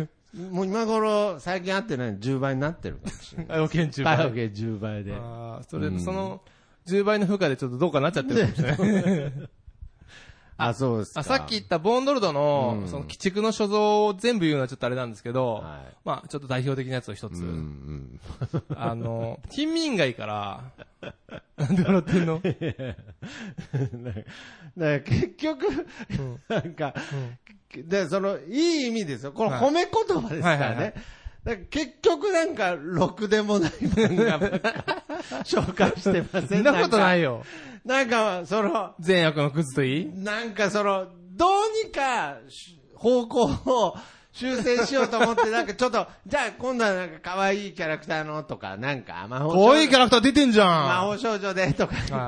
もう今頃、最近会ってないのじゅうばいになってるかもしれない。 開放権じゅうばい。 開放権じゅうばいで。 ああ、それ、うん、その、じゅうばいの負荷でちょっとどうかなっちゃってるかもしれない。 あ、そうですか。 あ、さっき言ったボーンドルドの、うん、その鬼畜の所蔵を全部言うのはちょっとあれなんですけど、はい、まあちょっと代表的なやつを一つ。うんうん、あの、金民街から、なんで笑ってんのだから結局、うん、なんか、うん、で、その、いい意味ですよ。これ褒め言葉ですからね。はいはいはいはい、だから結局なんか、ろくでもない漫画ばっか紹介してません。 そんなことないよ。 なんか、その、 善悪のクズといいなんかその、どうにか、方向を修正しようと思って、なんかちょっと、じゃあ今度はなんか可愛いキャラクターのとか、なんか魔法少女。 可愛いキャラクター出てんじゃん。 魔法少女でとか言って。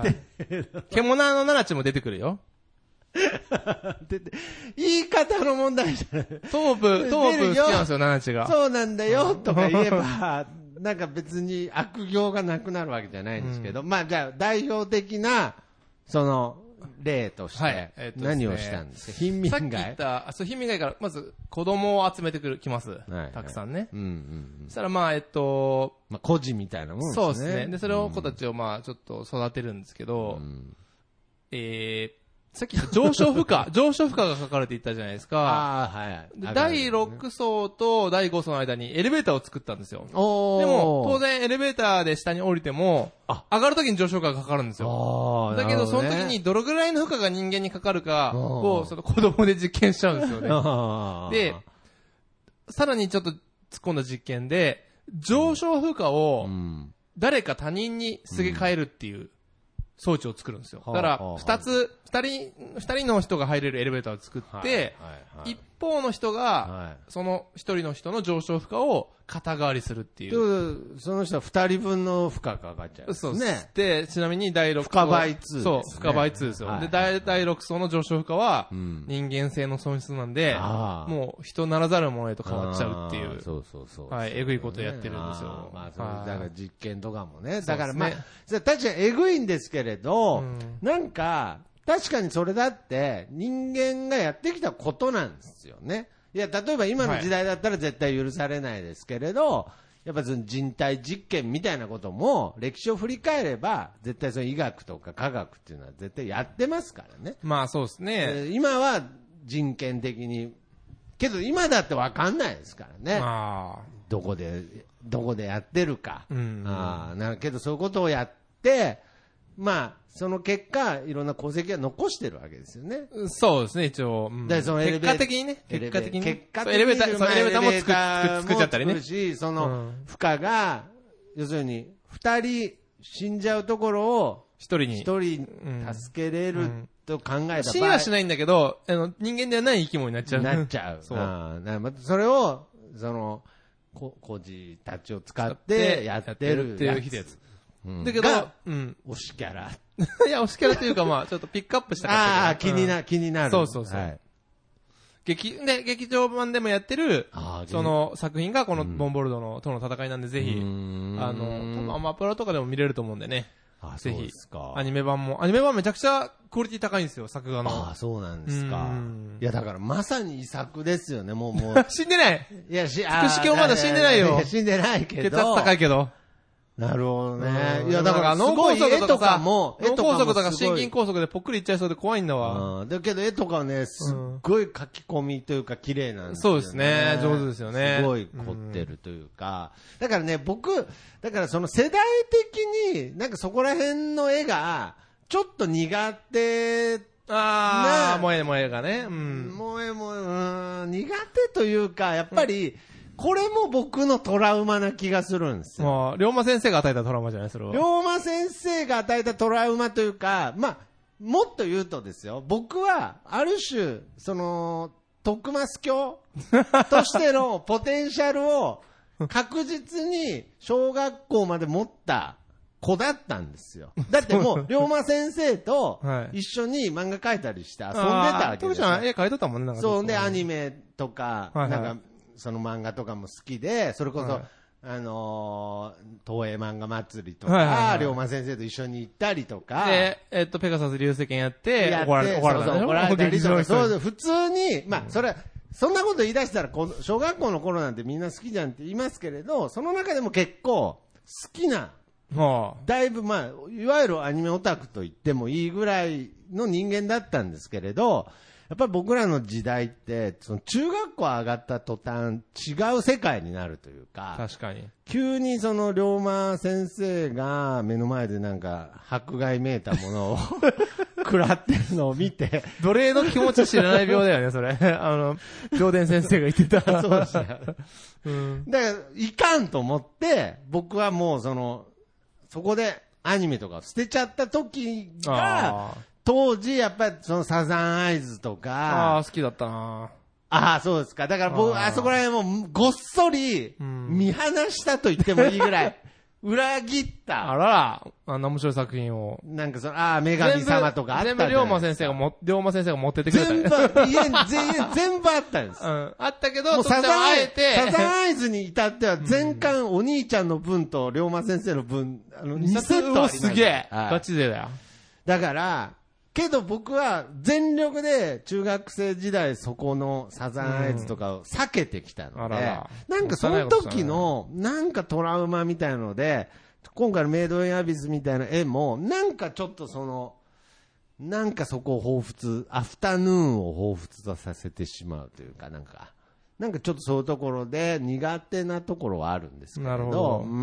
はい、獣のナナチも出てくるよ。 で言い方の問題じゃない。 トープ、トープ好きなんですよ、ナナチが。 そうなんだよ、とか言えば、なんか別に悪行がなくなるわけじゃないんですけど、うん、まあじゃあ代表的な、その、例として、何をしたんですか、はい、貧民街。 さっき言った、そう、貧民街から、まず子供を集めてくる、きます。はいはい、たくさんね。うんうんうん。そしたらまあ、えっと、 まあ、孤児みたいなもんですね。 そうですね。で、それを子たちをまあ、ちょっと育てるんですけど、うん、えー、さっき言った上昇負荷、上昇負荷が書かれていったじゃないですか。 ああ、はいはい。 だいろく層とだいご層の間にエレベーターを作ったんですよ。おでも、当然エレベーターで下に降りても、上がるときに上昇負荷がかかるんですよ。だけど、その時にどのぐらいの負荷が人間にかかるかを、その子供で実験しちゃうんですよね。で、さらにちょっと突っ込んだ実験で、上昇負荷を誰か他人にすげ替えるっていう、装置を作るんですよ。だから、二つ、二人、二人の人が入れるエレベーターを作って、一方の人が、はい、その一人の人の上昇負荷を肩代わりするっていう。 その人は二人分の負荷かかっちゃう、ね。 そうです。で、ちなみにだいろく層。負荷倍痛、ね。 そう、負荷倍痛ですよ。はい、で、だいろく層の上昇負荷は、人間性の損失なんで、うん、もう人ならざるものへと変わっちゃうっていう。 そうそうそう。 はい、えぐいことやってるんですよ。 まあ、それだから実験とかもね。だからまあ、確かにえぐいんですけれど、うん、なんか、確かにそれだって人間がやってきたことなんですよね。いや、例えば今の時代だったら絶対許されないですけれど、はい、やっぱその人体実験みたいなことも歴史を振り返れば絶対その医学とか科学っていうのは絶対やってますからね。 まあそうですね。 今は人権的に、けど今だって分かんないですからね。あどこで、どこでやってるか。うん、あなけどそういうことをやって、まあ、その結果、いろんな功績が残してるわけですよね。 そうですね、一応。うん、 でその結果的にね。結果的に。 結果的に。 エレベーター、エレベーターも作っ作っちゃったりね。 し、その負荷が、うん、要するに、二人死んじゃうところを、 一人に。 一人助けれると考えた場合。 死にはしないんだけど、あの、人間ではない生き物になっちゃう。 なっちゃう。そう。あそれを、その、こ、孤児たちを使ってやってるっていう日です。 うん、だけど、うん、推しキャラ。 いや、推しキャラというか、まあ、ちょっとピックアップしたかったけど。 ああ、気にな、うん、気になる。 そうそうそう。はい、劇、で、劇場版でもやってる、その作品がこのボンボルドの、との戦いなんで、ぜひ、あの、多分アマプラとかでも見れると思うんでね。あぜひ、アニメ版も、アニメ版めちゃくちゃクオリティ高いんですよ、作画の。 ああ、そうなんですか。いや、だからまさに遺作ですよね、もう、もう。 死んでないいや、し、 福士教まだ死んでないよ。いや、 死んでないけど。 血圧高いけど。 なるほどね。いや、だから脳梗塞とかも、 脳梗塞とか心筋梗塞でぽっくりいっちゃいそうで怖いんだわ。 うん。だけど絵とかね、すっごい書き込みというか綺麗なんですよね。 そうですね。上手ですよね。 すごい凝ってるというか。だからね、僕、だからその世代的に、なんかそこら辺の絵が、ちょっと苦手ああ、萌え萌えがね。 うん。萌え萌え、うん、苦手というか、やっぱり、これも僕のトラウマな気がするんですよ。 もう、龍馬先生が与えたトラウマじゃないそれは。 龍馬先生が与えたトラウマというか、まあ、もっと言うとですよ、僕は、ある種、その、徳増教としてのポテンシャルを確実に小学校まで持った子だったんですよ。だってもう、龍馬先生と一緒に漫画描いたりして遊んでたわけですよ。 徳ちゃん絵描いとったもんね、なんか。 そうで、アニメとか、なんか、その漫画とかも好きで、それこそ、はい、あのー、東映漫画祭りとか、はいはいはい、龍馬先生と一緒に行ったりとか。 で、えっと、ペガサス流星拳やって、 やって怒られ、怒られたり、怒られたりとか、そうそう、普通に、まあ、それ、そんなこと言い出したら、小学校の頃なんてみんな好きじゃんって言いますけれど、その中でも結構、好きな、はあ、だいぶまあ、いわゆるアニメオタクと言ってもいいぐらいの人間だったんですけれど、やっぱり僕らの時代って、その中学校上がった途端、違う世界になるというか、 確かに。 急にその龍馬先生が目の前でなんか迫害めいたものを食らってるのを見て、 奴隷の気持ち知らない病だよね、それ。あの、上田先生が言ってた。 そうですね。うん、だから、いかんと思って、僕はもうその、そこでアニメとかを捨てちゃった時が、当時、やっぱり、そのサザンアイズとか。 ああ、好きだったな。 ああ、そうですか。だから僕、あそこら辺もごっそり、見放したと言ってもいいぐらい、裏切った。 あらら、あんな面白い作品を。 なんかその、ああ、女神様とかあった全部、龍馬先生がも、龍馬先生が持ってってくれた。 全部、家、全員、全部あったんです。 うん。あったけど、 サザンアイズ、サザンアイズに至っては、全巻お兄ちゃんの分と龍馬先生の分、あの、にセット。 すげえ。ガチでだよ。 だから、けど僕は全力で中学生時代そこのサザンアイズとかを避けてきたので、うん、ららなんかその時のなんかトラウマみたいなので、今回のメイドインアビスみたいな絵もなんかちょっとその、なんかそこを彷彿、アフタヌーンを彷彿とさせてしまうというか、なんか、なんかちょっとそういうところで苦手なところはあるんですけど、なるほど。うん。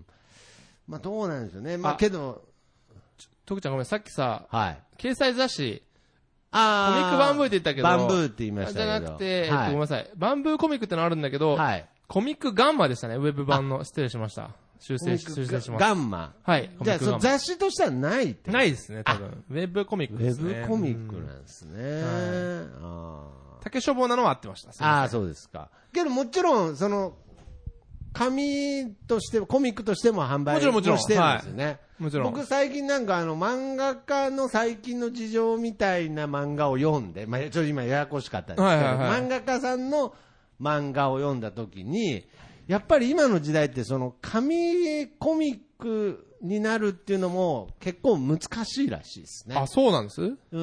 まあどうなんでしょうね。まあけど、 徳ちゃんごめん、さっきさ、 はい。 掲載雑誌、 あコミックバンブーって言ったけど、 バンブーって言いましたけど。 じゃなくて、えっと、ごめんなさい。バンブーコミックってのあるんだけど、はい。コミックガンマでしたね、ウェブ版の。失礼しました。修正し、修正します。 ガンマ。 はい。 じゃあ、その雑誌としてはないってないですね、多分。ウェブコミックですね。 ウェブコミックなんですね。 うんはい、 竹書房なのは合ってました。 ああ、そうですか。けどもちろん、その、紙としても、コミックとしても販売してるんですよね。 はい、もちろん。 僕最近なんかあの、漫画家の最近の事情みたいな漫画を読んで、まあ、ちょっと今ややこしかったんですけど、はいはいはい、漫画家さんの漫画を読んだときに、やっぱり今の時代ってその、紙コミックになるっていうのも結構難しいらしいですね。 あ、そうなんです？ うん。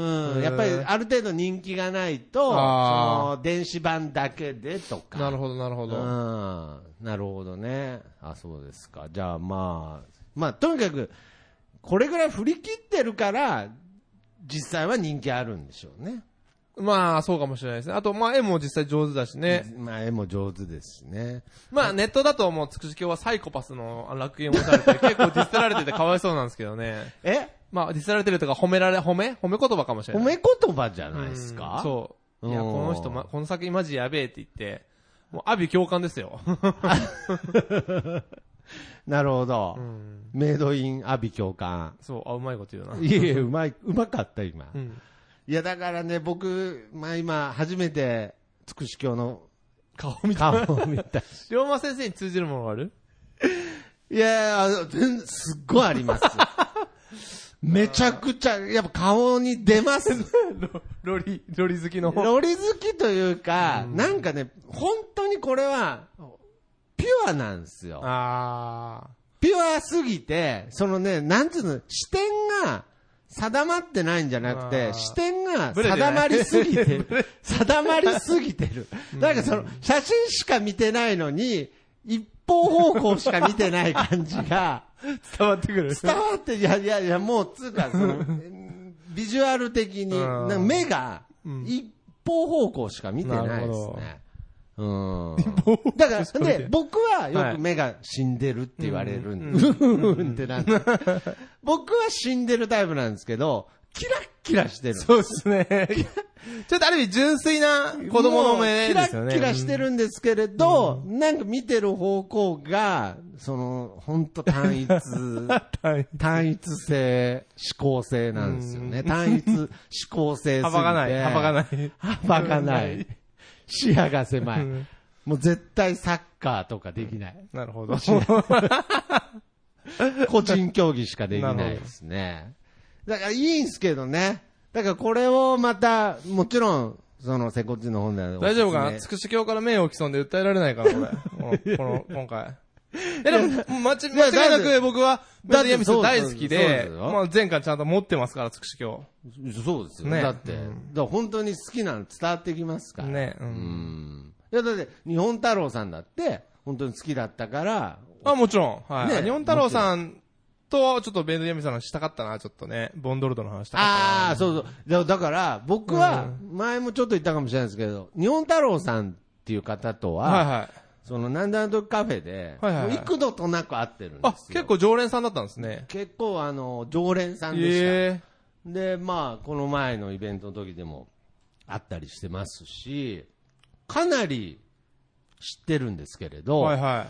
やっぱりある程度人気がないと、その電子版だけでとか。 なるほど、なるほど。 うん。なるほどね。あ、そうですか。じゃあまあ、まあとにかく、これぐらい振り切ってるから、実際は人気あるんでしょうね。 まあ、そうかもしれないですね。あと、まあ、絵も実際上手だしね。 まあ、絵も上手ですしね。 まあ、ネットだともう、つくしきょうはサイコパスの楽園をされて、結構ディスられててかわいそうなんですけどね。 えまあ、ディスられてるとか、褒められ、褒め褒め言葉かもしれない。 褒め言葉じゃないですか？ うん、そう。いや、この人、ま、この作品マジやべえって言って、もう、阿鼻共感ですよ。 なるほど。うん、メイドイン阿鼻共感。 そう、あ、うまいこと言うな。 いえいえ、うまい、うまかった、今。 うんいや、だからね、僕、まあ今、初めて、つくしきょうの顔見た。 顔を見た。 龍馬先生に通じるものがある？ いやいや、全然、すっごいあります。めちゃくちゃ、やっぱ顔に出ます。 ロリ、ロリ好きの。 ロリ好きというか、うん、なんかね、本当にこれは、ピュアなんですよ。 あピュアすぎて、そのね、なんつうの、視点が、定まってないんじゃなくて、視点が定まりすぎてる。定まりすぎてる。なんかその、写真しか見てないのに、一方方向しか見てない感じが、 伝わってくる。 伝わって、いやいやいや、もう、つうか、その、ビジュアル的に、目が、一方方向しか見てないですね。うん。だから、で、僕はよく目が死んでるって言われるんで、うんってなんだ。僕は死んでるタイプなんですけど、キラッキラしてる。 そうですね。ちょっとある意味純粋な子供の目ですよね。 キラッキラしてるんですけれど、うん、なんか見てる方向が、その、ほんと単一、単一性、思考性なんですよね。単一思考性すぎて。 幅がない。幅がない。 幅がない。視野が狭い。もう絶対サッカーとかできない。 なるほど。 個人競技しかできないですね。だからいいんすけどね。だからこれをまた、もちろん、その、せこっちの本で大丈夫かなつくし教から名誉毀損で訴えられないかな、これ。この、今回。え、でも、間違いなく僕は、ベルディアミス大好きで、まあ前回ちゃんと持ってますから、つくし教。 そうですよね。だって、だから本当に好きなの伝わってきますから。 ね。 うん。いや、だって、日本太郎さんだって、本当に好きだったから。 あ、もちろん。はい。日本太郎さんと、ちょっとベルディアミスの話したかったな、ちょっとね。ボンドルドの話したかったな。 ああ、そうそう。だから、僕は、前もちょっと言ったかもしれないですけど、日本太郎さんっていう方とは、はいはい。その、なんであの時カフェで、はいはいはい、幾度となく会ってるんですよ。あ、 結構常連さんだったんですね。 結構、あの、常連さんでした。えー、で、まあ、この前のイベントの時でも会ったりしてますし、かなり知ってるんですけれど、 はいはい。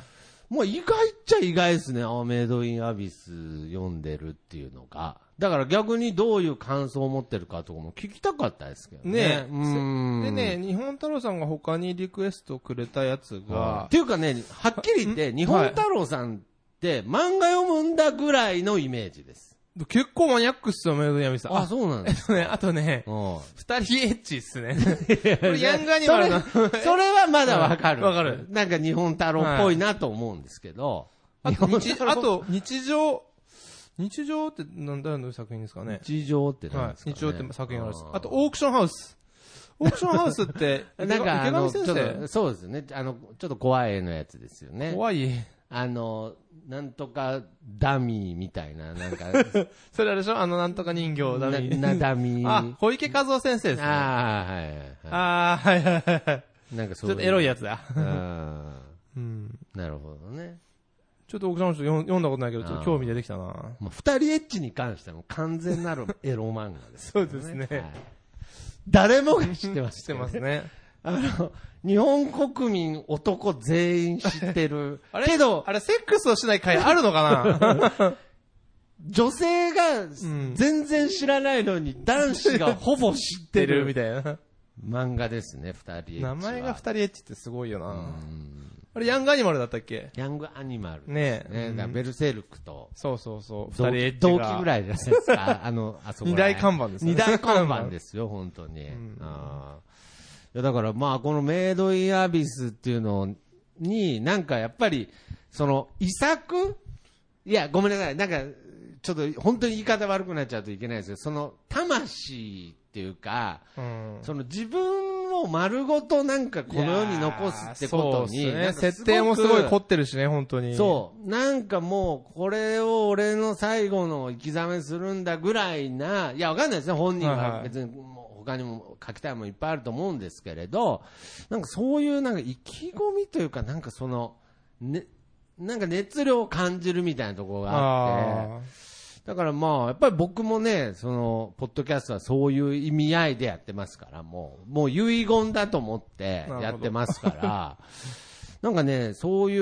もう意外っちゃ意外ですね。あ、メイドインアビス読んでるっていうのが。だから逆にどういう感想を持ってるかとかも聞きたかったですけどね。 ねうんでね、日本太郎さんが他にリクエストくれたやつが。 っていうかね、はっきり言って、日本太郎さんって漫画読むんだぐらいのイメージです。 結構マニアックっすよ、メイドインアビス。 あ、そうなんですか。えっとね、あとね、二人エッチっすね。これヤングアニマルの。 それはまだわかる。 わかる。 なんか日本太郎っぽいなと思うんですけど。 あと、日、あと、日常、日常って何だの作品ですかね。 日常って何ですかね。 日常って作品があるんです。あと、オークションハウス。オークションハウスって、 なんか、 池上先生。 そうですね。あの、ちょっと怖い絵のやつですよね。 怖い。 あの、なんとかダミーみたいな、なんか。 それあれでしょあの、なんとか人形ダミー。 な、ダミー。 あ、小池和夫先生ですね。 ああ、はいはい。 ああ、はいはいはい。 なんかそう。 ちょっとエロいやつだ。 うん。なるほどね。 ちょっと奥さんの人読んだことないけど、ちょっと興味出てきたな。 まあ、二人エッチに関しても完全なるエロ漫画です、 ね。そうですね、はい。 誰もが知ってます、 ね。知ってますね。 あの、日本国民男全員知ってる。 あれけど、 あれセックスをしない回あるのかな女性が全然知らないのに男子がほぼ知ってる。 みたいな。 漫画ですね、二人エッチは。 名前が二人エッチってすごいよな。うんあれ、ヤングアニマルだったっけ？ ヤングアニマル。 ねえ。ねだベルセルクと。 そうそうそう。 二人エッチ同期ぐらいじゃないですか。あの、あそこ。 二大看板ですね。 二大看板ですよ、本当に。うん、あいやだからまあ、このメイドインアビスっていうのに、なんかやっぱり、その、遺作いや、ごめんなさい。なんか、ちょっと本当に言い方悪くなっちゃうといけないですけど、その、魂っていうか、うん、その自分を丸ごとなんかこの世に残すってことに、 ね、設定もすごい凝ってるしね、本当に。 そう。なんかもう、これを俺の最後の生き様めするんだぐらいな、いや、わかんないですね、本人は別に、他にも書きたいもんいっぱいあると思うんですけれど、なんかそういうなんか意気込みというか、なんかその、ね、なんか熱量を感じるみたいなところがあって、だからまあ、やっぱり僕もね、その、ポッドキャストはそういう意味合いでやってますから、もう、もう遺言だと思ってやってますから、なんかね、そういう。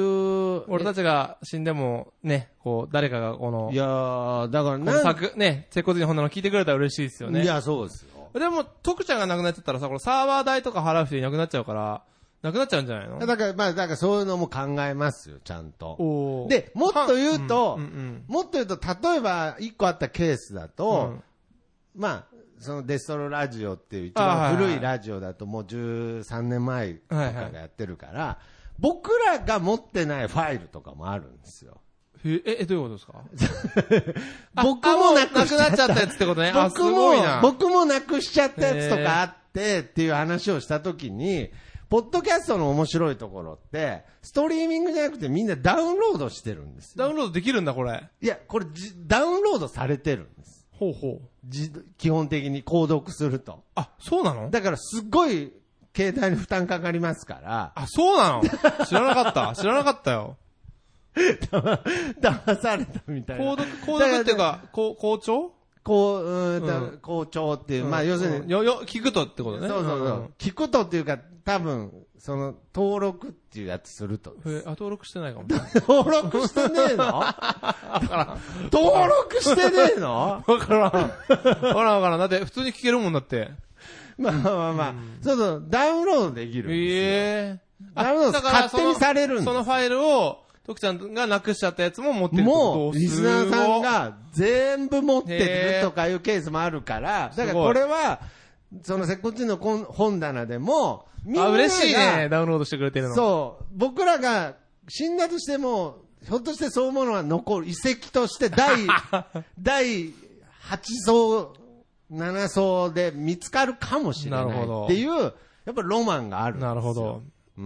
俺たちが死んでもね、こう、誰かがこの、 いやー、だからね、この作、ね、接骨院本棚聞いてくれたら嬉しいですよね。 いや、そうですよ。 でも、徳ちゃんが亡くなっちゃったらさ、このサーバー代とか払う人いなくなっちゃうから、なくなっちゃうんじゃないの？ だから、まあ、だからそういうのも考えますよ、ちゃんと。で、もっと言うと、うんうんうん、もっと言うと、例えば、一個あったケースだと、うん、まあ、そのデストロラジオっていう一番古いラジオだともうじゅうさんねんまえとかがやってるから、はいはい、僕らが持ってないファイルとかもあるんですよ。 え、え、どういうことですか？僕もなくしちゃったやつってことね。 僕も、すごいな。僕もなくしちゃったやつとかあってっていう話をしたときに、ポッドキャストの面白いところって、ストリーミングじゃなくてみんなダウンロードしてるんですよ。 ダウンロードできるんだ、これ。 いや、これじ、ダウンロードされてるんです。 ほうほう。 じ基本的に購読すると。 あ、そうなの？ だからすっごい携帯に負担かかりますから。 あ、そうなの？知らなかった。知らなかったよ。 騙されたみたいな。 購読、購読っていうか、こう、校長こう、うん、うん、校長っていう、うん、まあ、要するに、 よ、よ、聞くとってことね。 そうそうそう。うん、聞くとっていうか、多分、その、登録っていうやつすると。 え、あ、登録してないかも。 登録してねえの登録してねえのわからん。わからんわからん。だって普通に聞けるもんだって。 まあまあまあ、うん、そうそう、ダウンロードできるんですよ。 ええー。ダウンロード勝手にされるんですそのファイルを、徳ちゃんがなくしちゃったやつも持ってるってこともう、リスナーさんが全部持ってるとかいうケースもあるから、だからこれは、その接骨院の本棚でも、 みんなが。あ、嬉しいね、ダウンロードしてくれてるの。 そう。僕らが死んだとしても、ひょっとしてそういうものが残る遺跡として第、第はち層、なな層で見つかるかもしれないっていう、やっぱりロマンがあるんですよ。 なるほど。 うん。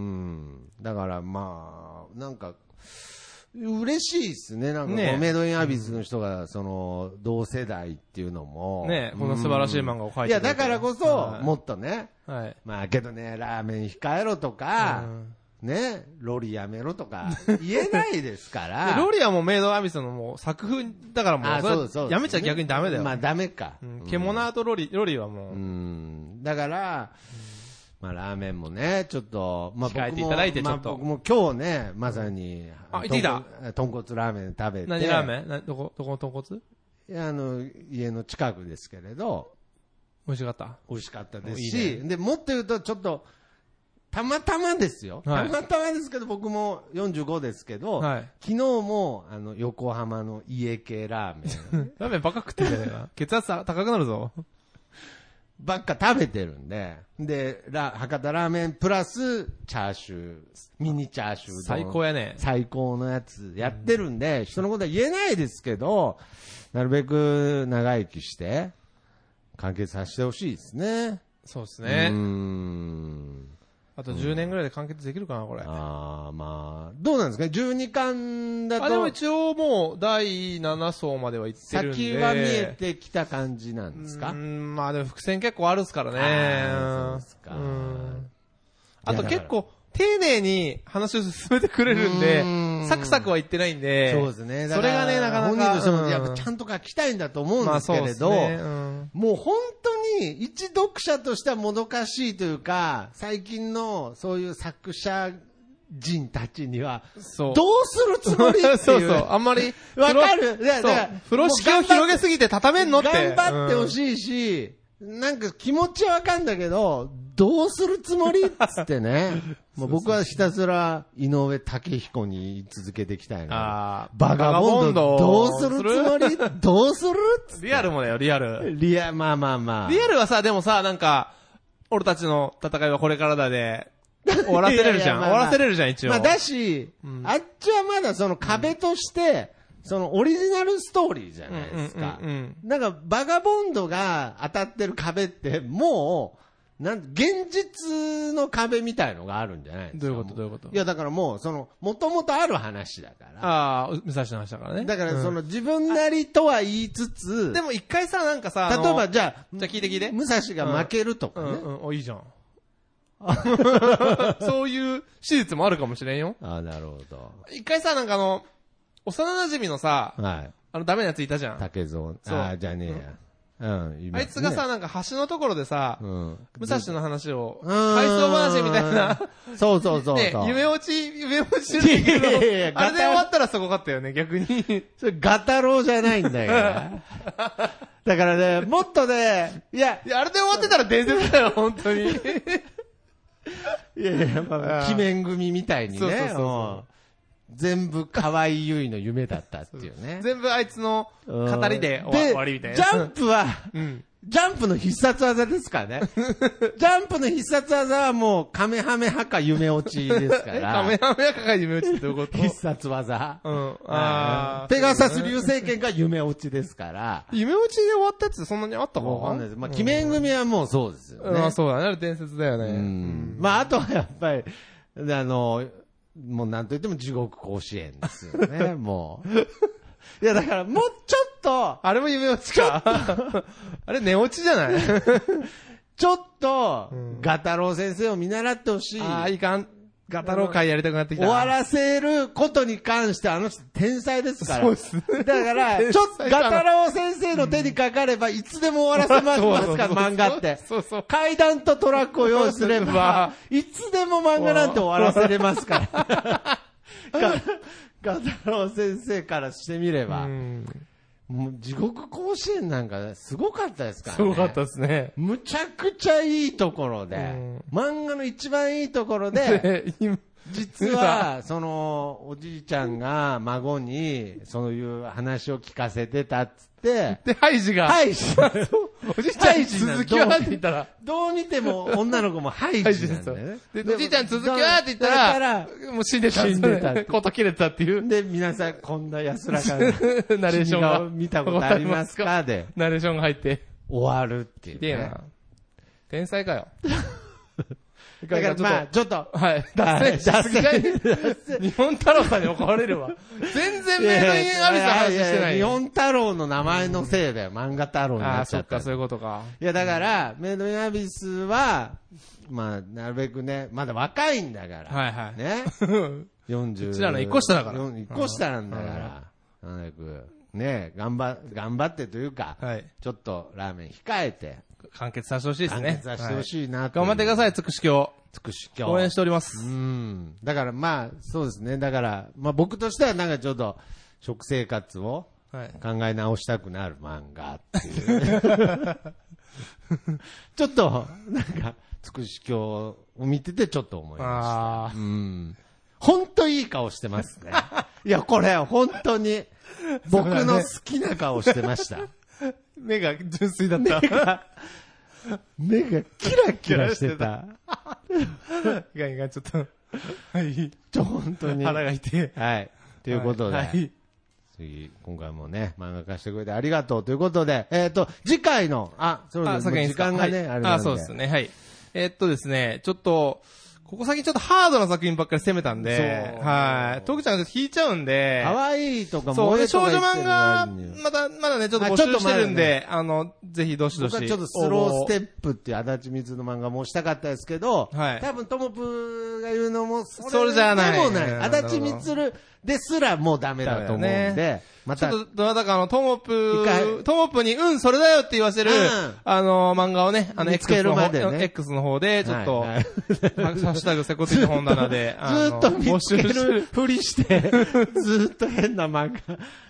だからまあ、なんか、嬉しいですね。なんか、ね、メイドインアビスの人が、その、同世代っていうのも。 ね、この素晴らしい漫画を描いてる。 いや、だからこそ、はい、もっとね。 はい。 まあ、けどね、ラーメン控えろとか、ね、ロリやめろとか、言えないですから。 ロリはもうメイドインアビスのもう作風、だからもう、あそうそうやめちゃ逆にダメだよ。 まあ、ダメか。 うん、獣とロリ、ロリはもう。うん。だから、まあ、ラーメンもね、ちょっと、まあ、 僕も、控えていただいてちょっと。 まあ、僕も今日ね、まさに、 あ、行ってきた豚骨ラーメン食べて。 何ラーメンなどこ、どこの豚骨いや、あの、家の近くですけれど。 美味しかった美味しかったですし、いいね、で、もっと言うと、ちょっと、たまたまですよ。はい、たまたまですけど、僕もよんじゅうごですけど、はい、昨日も、あの、横浜の家系ラーメン。 ラーメンばっか食ってんじゃねえか。血圧高くなるぞ。 ばっか食べてるんで、で、ラ博多ラーメンプラスチャーシュー、ミニチャーシュー最高やね。 最高のやつやってるんで、うん、人のことは言えないですけど、なるべく長生きして、完結させてほしいですね。 そうですね。 うーん。 あとじゅうねんぐらいで完結できるかな、これ。 ああ、まあ、どうなんですかじゅうにかんだと。 あ、でも一応もうだいなな層までは行ってるんで。 先は見えてきた感じなんですかうん、まあでも伏線結構あるっすからね。 そうですか。 あと結構、丁寧に話を進めてくれるんで、サクサクは言ってないんで、 そうですね。 それがね、なかなか。 本人としても、やっぱちゃんと書きたいんだと思うんですけれど、まあねうん、もう本当に一読者としてはもどかしいというか、最近のそういう作者人たちには、どうするつもりっていう。 そうそう。あんまり、 わかる。 だから風呂敷を広げすぎて畳めんのって。 頑張ってほしいし、うん、なんか気持ちはわかんだけど、 どうするつもりっつってね。もう僕はひたすら井上武彦に言い続けていきたいな。バガボンドどうするつもりどうするっつって。 リアルもだよ、リアル。 リア、まあまあまあ。 リアルはさ、でもさ、なんか、俺たちの戦いはこれからだで、終わらせれるじゃん。いやいやまあまあ、終わらせれるじゃん、一応。 まあだし、うん、あっちはまだその壁として、うん、そのオリジナルストーリーじゃないですか。うんうんうんうん、なんかバガボンドが当たってる壁ってもう、なん現実の壁みたいのがあるんじゃないですか。 どういうことどういうこといやだからもう、その、もともとある話だから。 ああ、武蔵の話だからね。 だからその、自分なりとは言いつつ、 でも一回さ、なんかさ、 例えばじゃあ、 じゃあ聞いて聞いて。 武蔵が負けるとかね。 うんうんうん、お、いいじゃん。そういう手術もあるかもしれんよ。 ああ、なるほど。 一回さ、なんかあの、幼馴染のさ、 はい。 あの、ダメなやついたじゃん。 竹蔵。ああ、じゃねえや。うん、 あいつがさ、なんか橋のところでさ、うん、武蔵の話を、回想話みたいな。 そうそうそうそう。 ね、夢落ち、夢落ちるんだけど、あれで終わったらすごかったよね、逆に。 それ、ガタロウじゃないんだよ。だからね、もっとね、いや、 いやあれで終わってたら伝説だよ、本当に。 いやいや、まあ、鬼面組みたいにね。そうそうそうそう全部河合優衣の夢だったっていうね。 全部あいつの語りで終わりみたいな。 ジャンプは、うん、ジャンプの必殺技ですからね。ジャンプの必殺技はもうカメハメハか夢落ちですから。 カメハメハか夢落ちってどういうこと必殺技。 うん。あペガサス流星拳が夢落ちですから。 夢落ちで終わったやつそんなにあったかわかんないです。まあ、鬼面組はもうそうですよね。 うん、そうだね。あれ伝説だよね。うん。まあ、あとはやっぱり、あの、もうなんといっても地獄甲子園ですよね、もう。いやだからもうちょっと、 あれも夢落ちか。あれ寝落ちじゃないちょっと、うん、ガタロウ先生を見習ってほしい。 ああ、いかん。ガタロウ会やりたくなってきた。 終わらせることに関してあの人天才ですから。 そうです。 だから、ちょっとガタロウ先生の手にかかればいつでも終わらせますから、漫画って。 そうそう。 階段とトラックを用意すれば、いつでも漫画なんて終わらせれますから。ガタロウ先生からしてみれば。もう地獄甲子園なんかすごかったですからね。 すごかったですね。 むちゃくちゃいいところで、漫画の一番いいところで、実は、その、おじいちゃんが孫に、そういう話を聞かせてたっつって、 で、ハイジが。 ハイジ。 おじいちゃん続きはって言ったら。 どう見ても女の子もハイジなんだよね。 で、おじいちゃん続きはって言ったら、もう死んでた。 死んでた。 こと切れたっていう。 で、皆さんこんな安らかなナレーションが見たことありますかで。 ナレーションが入って。 終わるっていう。 ひでえな。天才かよ。 だからまあ、ちょっと。 はい。脱線。脱線。日本太郎さんに怒られるわ。全然メイドインアビスの話してない。 日本太郎の名前のせいだよ。漫画太郎になっちゃった。 ああ、そっか、そういうことか。 いや、だから、メイドインアビスは、まあ、なるべくね、まだ若いんだから。 はいはい。 ね。よんじゅう。 うちらの一個下だから。 一個下なんだから。なるべく、ね、頑張、頑張ってというか、ちょっとラーメン控えて。 完結させてほしいですね。 完結させてほしいなと、 頑張ってください、つくし京。 つくし京。 応援しております。 うん。だからまあ、そうですね。だから、まあ僕としてはなんかちょっと、食生活を考え直したくなる漫画っていう、ね。ちょっと、なんか、つくし京を見ててちょっと思いました。うん。本当いい顔してますね。いや、これ本当に、僕の好きな顔してました。 目が純粋だった。 目が、目がキラキラしてた。 いかんいかん、ちょっと。はい。 ちょ、本当に。 腹が痛い。 はい。ということで。 はい。 次、今回もね、漫画化してくれてありがとうということで、えっと、次回の、あ、そうですね、時間がね、あれなんで。 あ、そうですね、はい。えっとですね、ちょっと、ここ先ちょっとハードな作品ばっかり攻めたんで、はい。トクちゃんが引いちゃうんで、 かわいいとか萌えとか言ってるのそう、少女漫画、まだ、まだね、ちょっと募集してるんで、あの、ぜひどしどし。 僕はちょっとスローステップっていう足立みつの漫画もしたかったですけど、 はい。 多分トモプが言うのも、 それじゃない。 でもない。足立みつですらもうダメだと思うんで、また。 ちょっと、どなたかあの、トモプ、トモプに、うん、それだよって言わせる、あの、漫画をね、あの、X の方、X の方で、ちょっと、ハッシュタグセコついた本棚で、 ずっと見つけるふりして、ずっと変な漫画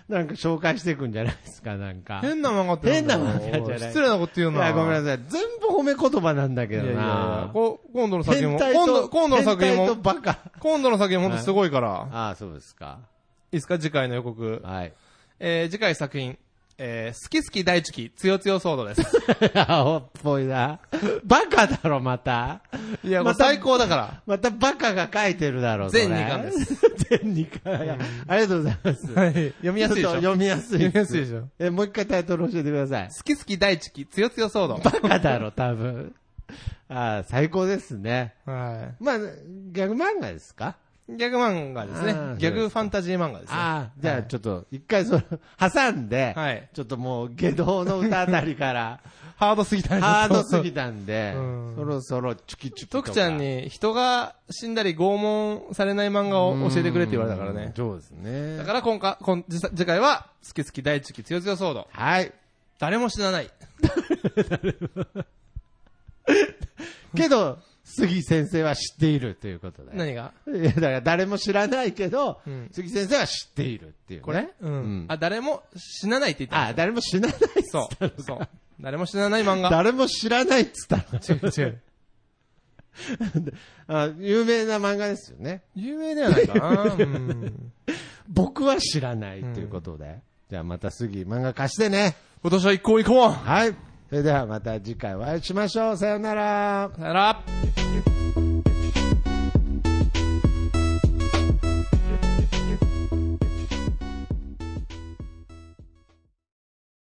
なんか紹介していくんじゃないですか、なんか。 変な漫画って変な漫画じゃない。 失礼なこと言うな。 いや、ごめんなさい。全部褒め言葉なんだけどな。いやいやいやこ今度の作品も、今度、今度の作品も、 バカ。 今度の作品もほんとすごいから。 ああ、そうですか。 いいですか、次回の予告。 はい。 えー、次回作品。えー、好き好き大好き、つよつよソードです。 青っぽいな。バカだろ、また。 いや、もう最高だから。 またバカが書いてるだろう、 全にかんです。 全にかん。ありがとうございます。 はい。読みやすいでしょ。 読みやすい。 読みやすいでしょ。 え、もう一回タイトル教えてください。 好き好き大好き、つよつよソード。 バカだろ、多分。ああ、最高ですね。 はい。 まあ、ギャグ漫画ですか？ ギャグ漫画ですね。ギャグファンタジー漫画ですね。 ああ、じゃあちょっと、一回それ、挟んで、はい、ちょっともう、下道の歌あたりから、 ハードすぎたんで。 ハードすぎたんで、うん、そろそろチュキチュキとか。 徳ちゃんに人が死んだり拷問されない漫画を教えてくれって言われたからね。 そうですね。 だから今回、今次回は、好き好き大好きつよつよソード。 はい。 誰も死なない。 けど、杉先生は知っているということで。 何が？ いや、だから誰も知らないけど、うん、杉先生は知っているっていう、ね。 これ、うん、うん。あ、誰も死なないって言ったの？あ、誰も死なないっつったのか。 そう。そう。誰も死なない漫画。 誰も知らないっつったの。 違う違う。 あ、有名な漫画ですよね。 有名ではないかな。うん、 僕は知らないということで。うん、じゃあまた杉漫画貸してね。 今年は一向行こう。 はい。それではまた次回お会いしましょう。さよなら。 さよなら。